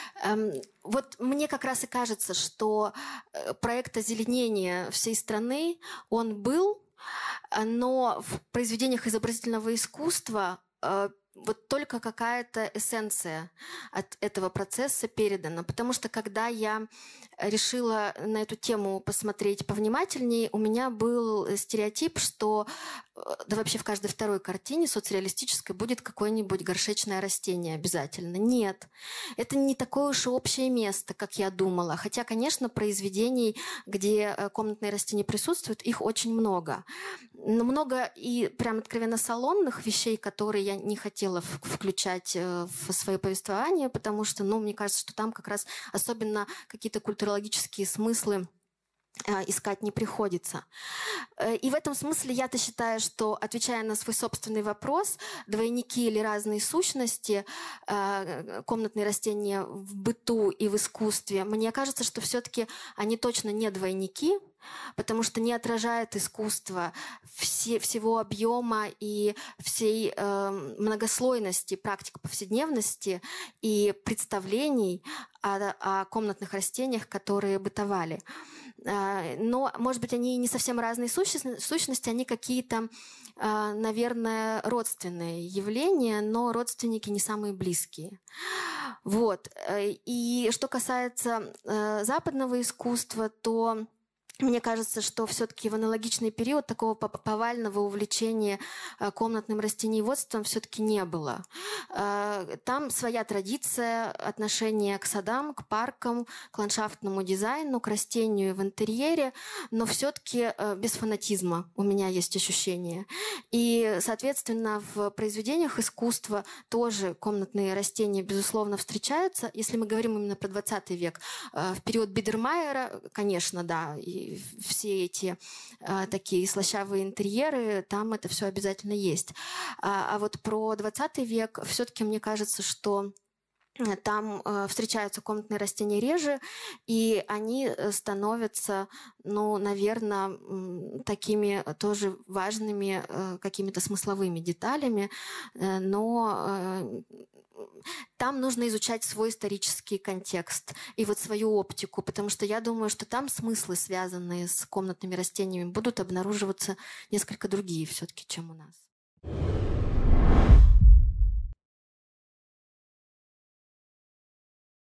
[SPEAKER 2] Вот мне как раз и кажется, что проект озеленения всей страны, он был, но в произведениях изобразительного искусства вот только какая-то эссенция от этого процесса передана. Потому что когда я решила на эту тему посмотреть повнимательнее, у меня был стереотип, что да вообще в каждой второй картине соцреалистической будет какое-нибудь горшечное растение обязательно. Нет. Это не такое уж и общее место, как я думала. Хотя, конечно, произведений, где комнатные растения присутствуют, их очень много. Но много и прям откровенно салонных вещей, которые я не хотела включать в свое повествование, потому что, мне кажется, что там как раз особенно какие-то культурологические смыслы искать не приходится. И в этом смысле я-то считаю, что, отвечая на свой собственный вопрос, двойники или разные сущности, комнатные растения в быту и в искусстве, мне кажется, что все-таки они точно не двойники, потому что не отражает искусство всего объема и всей многослойности практик повседневности и представлений о комнатных растениях, которые бытовали. Но, может быть, они не совсем разные сущности, они какие-то, наверное, родственные явления, но родственники не самые близкие. Вот. И что касается западного искусства, то Мне кажется, что все-таки в аналогичный период такого повального увлечения комнатным растениеводством все-таки не было. Там своя традиция отношения к садам, к паркам, к ландшафтному дизайну, к растению в интерьере, но все-таки без фанатизма у меня есть ощущение. И, соответственно, в произведениях искусства тоже комнатные растения, безусловно, встречаются. Если мы говорим именно про 20 век, в период Бидермайера, конечно, да, и все эти такие слащавые интерьеры, там это все обязательно есть. А вот про 20 век все-таки мне кажется, что там встречаются комнатные растения реже, и они становятся, ну, наверное, такими тоже важными какими-то смысловыми деталями, но там нужно изучать свой исторический контекст и вот свою оптику, потому что я думаю, что там смыслы, связанные с комнатными растениями, будут обнаруживаться несколько другие все-таки, чем у нас.